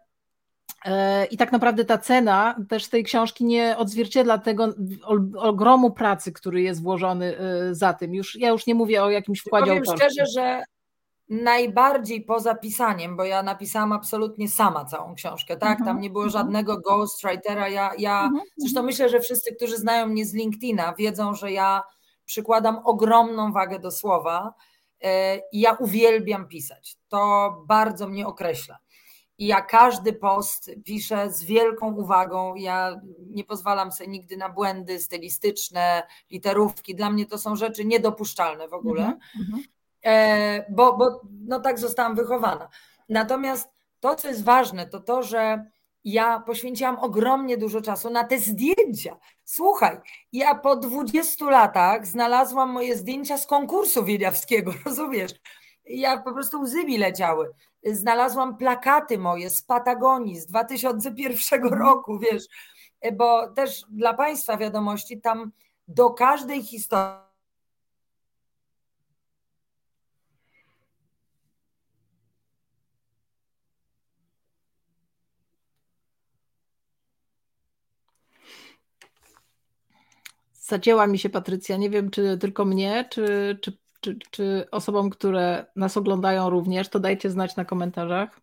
A: I tak naprawdę ta cena też tej książki nie odzwierciedla tego ogromu pracy, który jest włożony za tym. Już, ja już nie mówię o jakimś wkładzie
B: autorskim. Powiem szczerze, że najbardziej poza pisaniem, bo ja napisałam absolutnie sama całą książkę, tak? Mm-hmm, Tam nie było mm-hmm. żadnego ghostwritera. Ja, ja mm-hmm. Zresztą myślę, że wszyscy, którzy znają mnie z LinkedIna, wiedzą, że ja przykładam ogromną wagę do słowa i ja uwielbiam pisać. To bardzo mnie określa. I ja każdy post piszę z wielką uwagą. Ja nie pozwalam sobie nigdy na błędy stylistyczne, literówki. Dla mnie to są rzeczy niedopuszczalne w ogóle, mm-hmm. e, bo, bo no tak zostałam wychowana. Natomiast to, co jest ważne, to to, że ja poświęciłam ogromnie dużo czasu na te zdjęcia. Słuchaj, ja po dwudziestu latach znalazłam moje zdjęcia z konkursu wiedawskiego, rozumiesz? Ja po prostu łzy mi leciały. Znalazłam plakaty moje z Patagonii z dwa tysiące pierwszego roku, wiesz, bo też dla Państwa wiadomości, tam do każdej historii
A: zacięła mi się Patrycja, nie wiem, czy tylko mnie, czy, czy, czy, czy osobom, które nas oglądają również, to dajcie znać na komentarzach.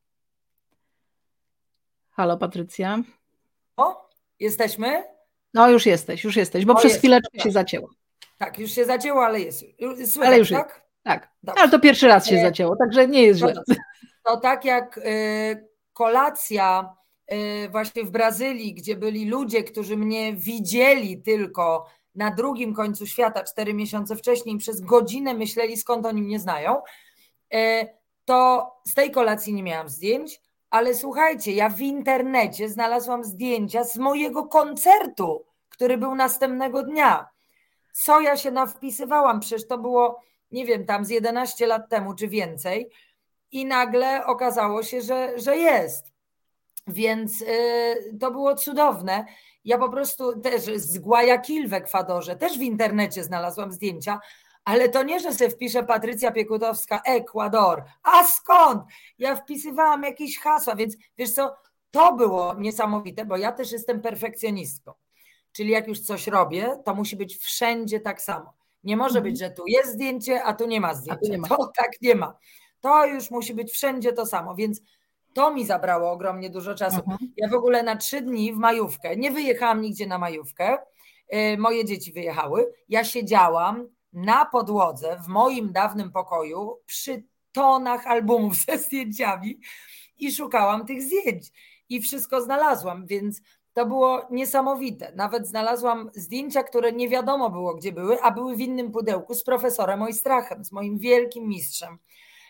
A: Halo Patrycja.
B: O, jesteśmy?
A: No już jesteś, już jesteś, bo o, przez jest, chwileczkę dobra. się zacięło.
B: Tak, już się zacięło, ale jest. Słychać,
A: ale już
B: tak?
A: Jest. Tak, Dobrze. Ale to pierwszy raz się zacięło, także nie jest źle.
B: To, to tak jak y, kolacja y, właśnie w Brazylii, gdzie byli ludzie, którzy mnie widzieli tylko na drugim końcu świata cztery miesiące wcześniej i przez godzinę myśleli, skąd oni mnie znają, y, to z tej kolacji nie miałam zdjęć, ale słuchajcie, ja w internecie znalazłam zdjęcia z mojego koncertu, który był następnego dnia. Co ja się nawpisywałam, przecież to było, nie wiem, tam z jedenaście lat temu czy więcej i nagle okazało się, że, że jest. Więc yy, to było cudowne. Ja po prostu też z Guayaquil w Ekwadorze, też w internecie znalazłam zdjęcia, ale to nie, że sobie wpiszę Patrycja Piekutowska, Ekwador. A skąd? Ja wpisywałam jakieś hasła, więc wiesz co, to było niesamowite, bo ja też jestem perfekcjonistką. Czyli jak już coś robię, to musi być wszędzie tak samo. Nie może być, że tu jest zdjęcie, a tu nie ma zdjęcia. Nie ma. To tak nie ma. To już musi być wszędzie to samo, więc to mi zabrało ogromnie dużo czasu. Mhm. Ja w ogóle na trzy dni w majówkę, nie wyjechałam nigdzie na majówkę, moje dzieci wyjechały, ja siedziałam na podłodze w moim dawnym pokoju przy tonach albumów ze zdjęciami i szukałam tych zdjęć i wszystko znalazłam, więc to było niesamowite. Nawet znalazłam zdjęcia, które nie wiadomo było, gdzie były, a były w innym pudełku z profesorem Oistrachem, z moim wielkim mistrzem.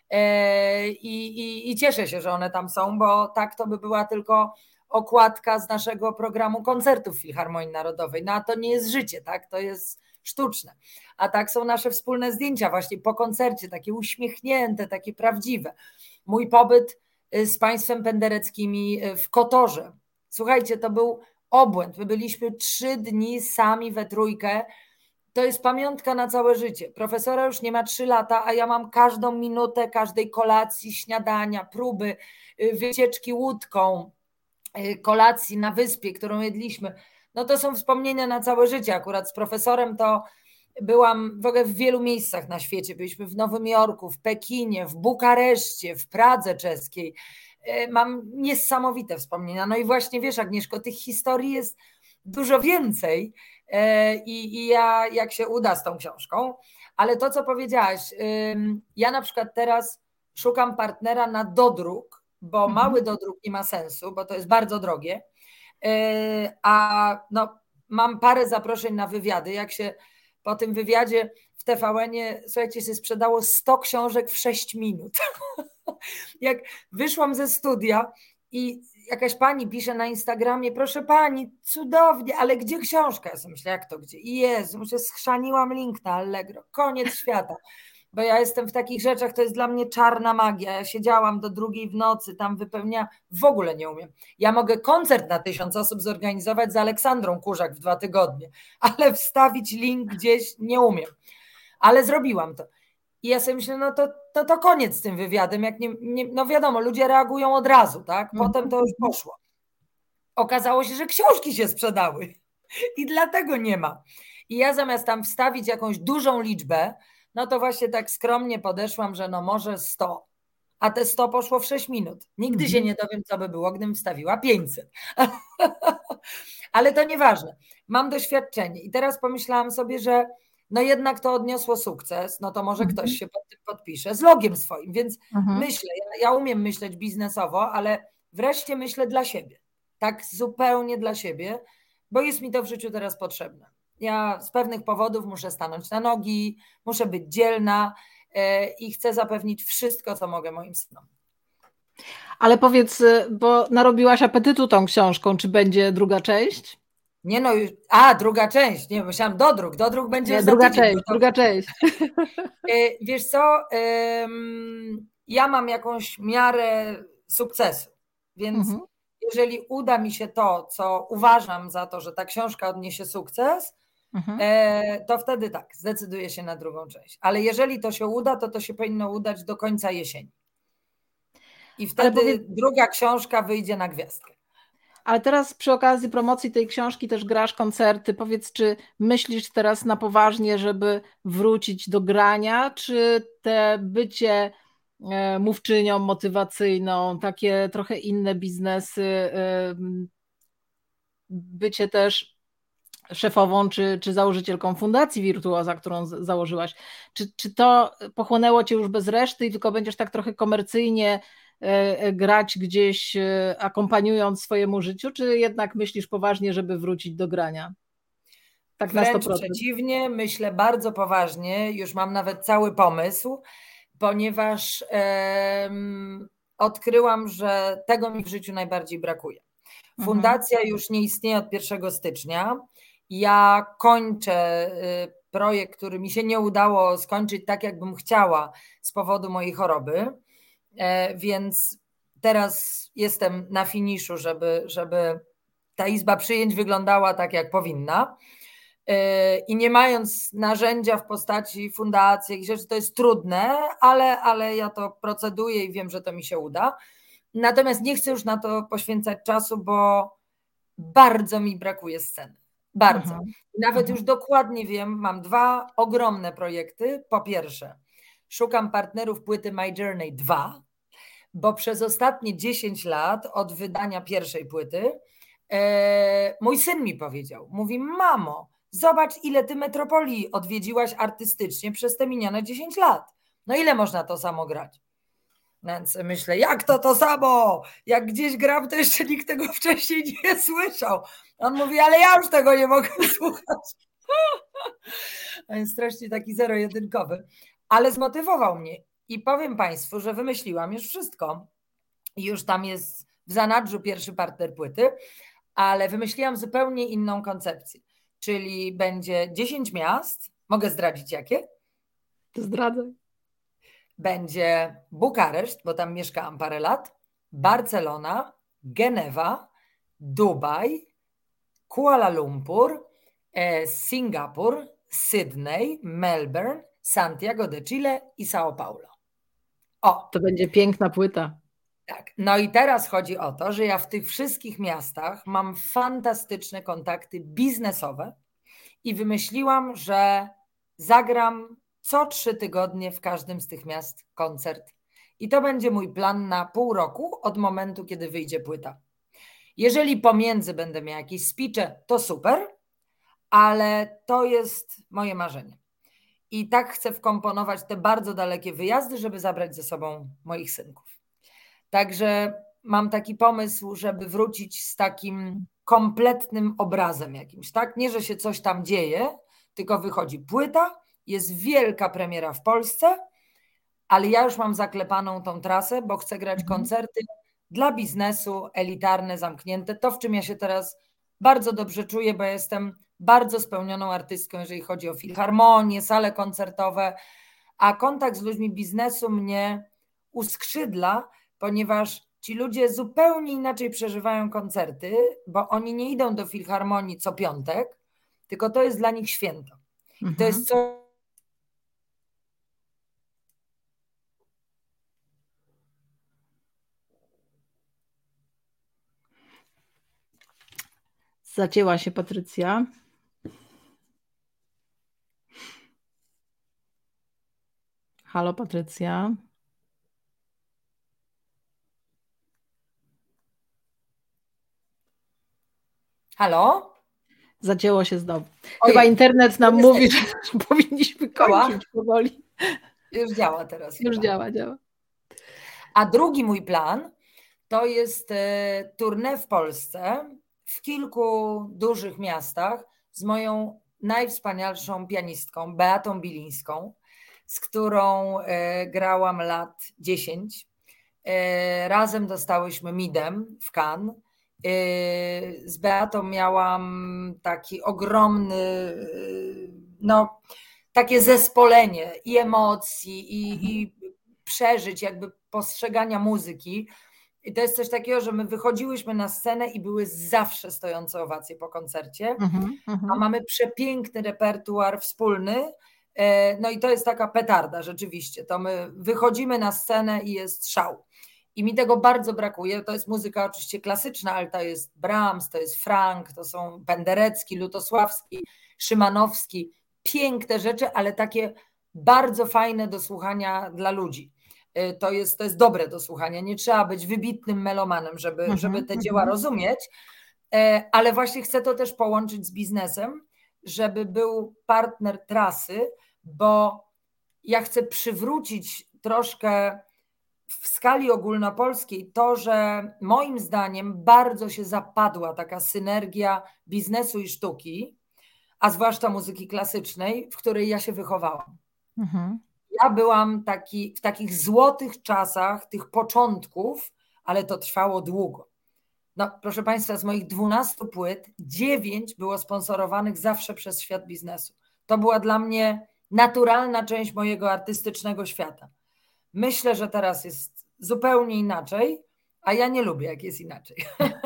B: I, i, i cieszę się, że one tam są, bo tak to by była tylko okładka z naszego programu koncertów Filharmonii Narodowej. No a to nie jest życie, tak? To jest sztuczne. A tak są nasze wspólne zdjęcia właśnie po koncercie, takie uśmiechnięte, takie prawdziwe. Mój pobyt z państwem pendereckimi w Kotorze. Słuchajcie, to był obłęd. My byliśmy trzy dni sami we trójkę. To jest pamiątka na całe życie. Profesora już nie ma trzy lata, a ja mam każdą minutę każdej kolacji, śniadania, próby, wycieczki łódką, kolacji na wyspie, którą jedliśmy. No to są wspomnienia na całe życie. Akurat z profesorem to byłam w ogóle w wielu miejscach na świecie. Byliśmy w Nowym Jorku, w Pekinie, w Bukareszcie, w Pradze czeskiej. Mam niesamowite wspomnienia. No i właśnie wiesz, Agnieszko, tych historii jest dużo więcej i, i ja jak się uda z tą książką, ale to co powiedziałaś, ja na przykład teraz szukam partnera na dodruk, bo mhm. mały dodruk nie ma sensu, bo to jest bardzo drogie, a no, mam parę zaproszeń na wywiady, jak się po tym wywiadzie w T V N-ie, słuchajcie, się sprzedało sto książek w sześć minut. Jak wyszłam ze studia i jakaś pani pisze na Instagramie, proszę pani, cudownie, ale gdzie książka? Ja sobie myślę, jak to gdzie? I Jezu, muszę schrzaniłam link na Allegro, koniec świata. Bo ja jestem w takich rzeczach, to jest dla mnie czarna magia. Ja siedziałam do drugiej w nocy, tam wypełnia, w ogóle nie umiem. Ja mogę koncert na tysiąc osób zorganizować z Aleksandrą Kurzak w dwa tygodnie, ale wstawić link gdzieś nie umiem. Ale zrobiłam to. I ja sobie myślę, no to, to, to koniec z tym wywiadem. Jak nie, nie, no wiadomo, ludzie reagują od razu, tak? Potem to już poszło. Okazało się, że książki się sprzedały i dlatego nie ma. I ja zamiast tam wstawić jakąś dużą liczbę, no to właśnie tak skromnie podeszłam, że no może sto, a te sto poszło w sześć minut. Nigdy mhm. się nie dowiem, co by było, gdybym wstawiła pięćset. Ale to nieważne. Mam doświadczenie i teraz pomyślałam sobie, że no jednak to odniosło sukces, no to może mhm. ktoś się pod tym podpisze z logiem swoim, więc mhm. myślę, ja, ja umiem myśleć biznesowo, ale wreszcie myślę dla siebie. Tak zupełnie dla siebie, bo jest mi to w życiu teraz potrzebne. Ja z pewnych powodów muszę stanąć na nogi, muszę być dzielna i chcę zapewnić wszystko, co mogę moim synom.
A: Ale powiedz, bo narobiłaś apetytu tą książką, czy będzie druga część?
B: Nie no, już, a druga część, nie, myślałam dodruk, dodruk będzie
A: nie,
B: za
A: druga
B: tydzień,
A: część,
B: to...
A: druga część.
B: Wiesz co, ja mam jakąś miarę sukcesu, więc mhm. jeżeli uda mi się to, co uważam za to, że ta książka odniesie sukces, mhm. to wtedy tak, zdecyduję się na drugą część. Ale jeżeli to się uda, to to się powinno udać do końca jesieni. I wtedy powiedz... druga książka wyjdzie na gwiazdkę.
A: Ale teraz przy okazji promocji tej książki też grasz koncerty. Powiedz, czy myślisz teraz na poważnie, żeby wrócić do grania, czy te bycie mówczynią motywacyjną, takie trochę inne biznesy, bycie też szefową czy, czy założycielką Fundacji Wirtuoza, którą założyłaś, czy, czy to pochłonęło cię już bez reszty i tylko będziesz tak trochę komercyjnie grać gdzieś, akompaniując swojemu życiu, czy jednak myślisz poważnie, żeby wrócić do grania?
B: Tak na sto procent. Wręcz przeciwnie, myślę bardzo poważnie, już mam nawet cały pomysł, ponieważ um, odkryłam, że tego mi w życiu najbardziej brakuje. Fundacja mhm. już nie istnieje od pierwszego stycznia. Ja kończę projekt, który mi się nie udało skończyć tak, jakbym chciała z powodu mojej choroby, więc teraz jestem na finiszu, żeby, żeby ta izba przyjęć wyglądała tak, jak powinna. I nie mając narzędzia w postaci fundacji i rzeczy, to jest trudne, ale, ale ja to proceduję i wiem, że to mi się uda. Natomiast nie chcę już na to poświęcać czasu, bo bardzo mi brakuje sceny. Bardzo. Mhm. Nawet mhm. już dokładnie wiem, mam dwa ogromne projekty. Po pierwsze, szukam partnerów płyty My Journey dwa, bo przez ostatnie dziesięć lat od wydania pierwszej płyty e, mój syn mi powiedział, mówi: mamo, zobacz, ile ty metropolii odwiedziłaś artystycznie przez te minione dziesięć lat. No ile można to samo grać? Więc myślę, jak to to samo? Jak gdzieś gram, to jeszcze nikt tego wcześniej nie słyszał. On mówi, ale ja już tego nie mogę słuchać. Więc strasznie taki zero-jedynkowy. Ale zmotywował mnie. I powiem Państwu, że wymyśliłam już wszystko. Już tam jest w zanadrzu pierwszy partner płyty, ale wymyśliłam zupełnie inną koncepcję. Czyli będzie dziesięć miast, mogę zdradzić jakie?
A: Zdradzaj.
B: Będzie Bukareszt, bo tam mieszkałam parę lat, Barcelona, Genewa, Dubaj, Kuala Lumpur, Singapur, Sydney, Melbourne, Santiago de Chile i São Paulo. O,
A: to będzie piękna płyta.
B: Tak. No i teraz chodzi o to, że ja w tych wszystkich miastach mam fantastyczne kontakty biznesowe i wymyśliłam, że zagram co trzy tygodnie w każdym z tych miast koncert. I to będzie mój plan na pół roku od momentu, kiedy wyjdzie płyta. Jeżeli pomiędzy będę miała jakieś speeche, to super, ale to jest moje marzenie. I tak chcę wkomponować te bardzo dalekie wyjazdy, żeby zabrać ze sobą moich synków. Także mam taki pomysł, żeby wrócić z takim kompletnym obrazem jakimś, tak? Nie, że się coś tam dzieje, tylko wychodzi płyta, jest wielka premiera w Polsce, ale ja już mam zaklepaną tą trasę, bo chcę grać koncerty dla biznesu, elitarne, zamknięte. To, w czym ja się teraz bardzo dobrze czuję, bo ja jestem bardzo spełnioną artystką, jeżeli chodzi o filharmonię, sale koncertowe, a kontakt z ludźmi biznesu mnie uskrzydla, ponieważ ci ludzie zupełnie inaczej przeżywają koncerty, bo oni nie idą do filharmonii co piątek, tylko to jest dla nich święto. I to jest coś.
A: Zacięła się Patrycja. Halo, Patrycja.
B: Halo?
A: Zacięło się znowu. Chyba Ojej, internet nam mówi, że powinniśmy kończyć powoli.
B: Już działa teraz.
A: Już
B: chyba.
A: działa, działa.
B: A drugi mój plan to jest tournée w Polsce, w kilku dużych miastach z moją najwspanialszą pianistką, Beatą Bilińską, z którą grałam lat dziesięć. Razem dostałyśmy midem w Cannes. Z Beatą miałam taki ogromny, no takie zespolenie i emocji, i, i przeżyć, jakby postrzegania muzyki. I to jest coś takiego, że my wychodziłyśmy na scenę i były zawsze stojące owacje po koncercie,
A: Mhm, mhm.
B: a mamy przepiękny repertuar wspólny. No i to jest taka petarda rzeczywiście. To my wychodzimy na scenę i jest szał. I mi tego bardzo brakuje. To jest muzyka oczywiście klasyczna, ale to jest Brahms, to jest Frank, to są Penderecki, Lutosławski, Szymanowski. Piękne rzeczy, ale takie bardzo fajne do słuchania dla ludzi. To jest, to jest dobre do słuchania. Nie trzeba być wybitnym melomanem, żeby,
A: Mhm,
B: żeby te
A: mhm.
B: dzieła rozumieć, ale właśnie chcę to też połączyć z biznesem, żeby był partner trasy, bo ja chcę przywrócić troszkę w skali ogólnopolskiej to, że moim zdaniem bardzo się zapadła taka synergia biznesu i sztuki, a zwłaszcza muzyki klasycznej, w której ja się wychowałam.
A: Mhm.
B: Ja byłam taki, w takich złotych czasach tych początków, ale to trwało długo. No, proszę Państwa, z moich dwunastu płyt dziewięć było sponsorowanych zawsze przez świat biznesu. To była dla mnie naturalna część mojego artystycznego świata. Myślę, że teraz jest zupełnie inaczej, a ja nie lubię, jak jest inaczej.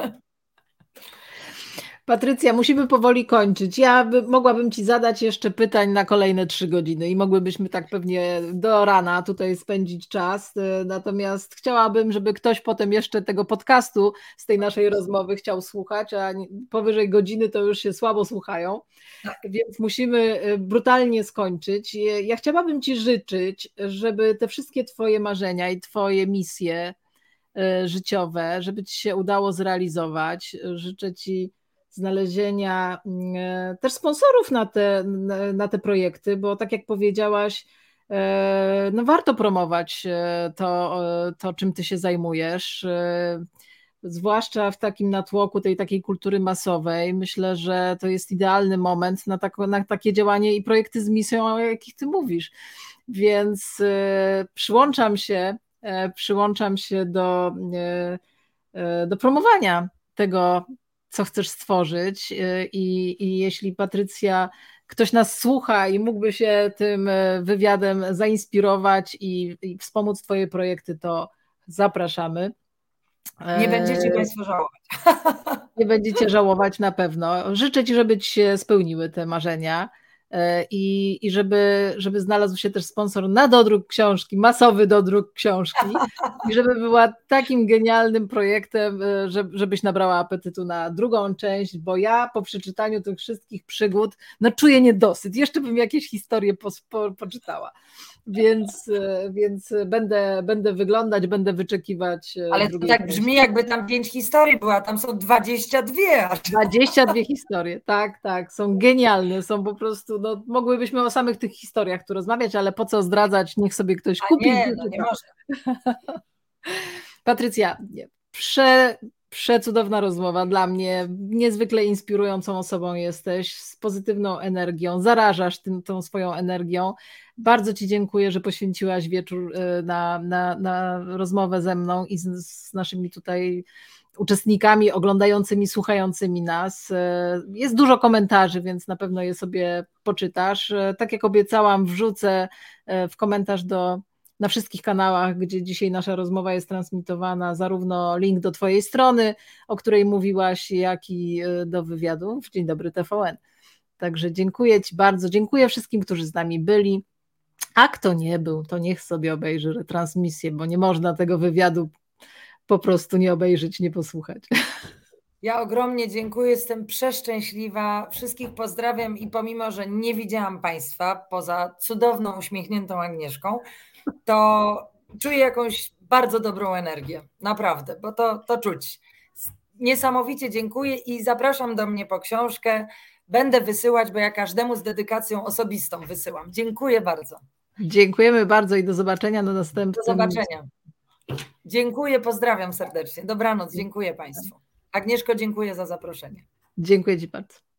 A: Patrycja, musimy powoli kończyć. Ja by, mogłabym Ci zadać jeszcze pytań na kolejne trzy godziny i mogłybyśmy tak pewnie do rana tutaj spędzić czas. Natomiast chciałabym, żeby ktoś potem jeszcze tego podcastu z tej naszej rozmowy chciał słuchać, a powyżej godziny to już się słabo słuchają. Tak. Więc musimy brutalnie skończyć. Ja chciałabym Ci życzyć, żeby te wszystkie Twoje marzenia i Twoje misje życiowe, żeby Ci się udało zrealizować. Życzę Ci znalezienia też sponsorów na te, na te projekty, bo tak jak powiedziałaś, no warto promować to, to, czym ty się zajmujesz, zwłaszcza w takim natłoku tej takiej kultury masowej. Myślę, że to jest idealny moment na, tak, na takie działanie i projekty z misją, o jakich ty mówisz. więc przyłączam się, przyłączam się do, do promowania tego, co chcesz stworzyć i, i jeśli Patrycja, ktoś nas słucha i mógłby się tym wywiadem zainspirować i, i wspomóc twoje projekty, to zapraszamy.
B: Nie będziecie Państwo żałować.
A: Nie będziecie żałować na pewno. Życzę Ci, żeby Ci się spełniły te marzenia i, i żeby, żeby znalazł się też sponsor na dodruk książki, masowy dodruk książki i żeby była takim genialnym projektem, żebyś nabrała apetytu na drugą część, bo ja po przeczytaniu tych wszystkich przygód no czuję niedosyt. Jeszcze bym jakieś historie po, po, poczytała. Więc, więc będę, będę wyglądać, będę wyczekiwać.
B: Ale to tak części. Brzmi, jakby tam pięć historii była, tam są dwadzieścia dwie.
A: dwadzieścia dwie historie, tak, tak, są genialne, są po prostu, no mogłybyśmy o samych tych historiach tu rozmawiać, ale po co zdradzać, niech sobie ktoś
B: A
A: kupi.
B: Nie, no nie można.
A: Patrycja, prze, przecudowna rozmowa dla mnie, niezwykle inspirującą osobą jesteś, z pozytywną energią, zarażasz tym, tą swoją energią. Bardzo Ci dziękuję, że poświęciłaś wieczór na, na, na rozmowę ze mną i z, z naszymi tutaj uczestnikami oglądającymi, słuchającymi nas. Jest dużo komentarzy, więc na pewno je sobie poczytasz. Tak jak obiecałam, wrzucę w komentarz do, na wszystkich kanałach, gdzie dzisiaj nasza rozmowa jest transmitowana, zarówno link do Twojej strony, o której mówiłaś, jak i do wywiadu w Dzień Dobry T V N. Także dziękuję Ci bardzo, dziękuję wszystkim, którzy z nami byli, a kto nie był, to niech sobie obejrzy retransmisję, bo nie można tego wywiadu po prostu nie obejrzeć, nie posłuchać.
B: Ja ogromnie dziękuję, jestem przeszczęśliwa, wszystkich pozdrawiam i pomimo, że nie widziałam Państwa, poza cudowną, uśmiechniętą Agnieszką, to czuję jakąś bardzo dobrą energię, naprawdę, bo to, to czuć. Niesamowicie dziękuję i zapraszam do mnie po książkę, będę wysyłać, bo ja każdemu z dedykacją osobistą wysyłam. Dziękuję bardzo.
A: Dziękujemy bardzo i do zobaczenia na następnym.
B: Do zobaczenia. Dziękuję, pozdrawiam serdecznie. Dobranoc, dziękuję Państwu. Agnieszko, dziękuję za zaproszenie.
A: Dziękuję Ci bardzo.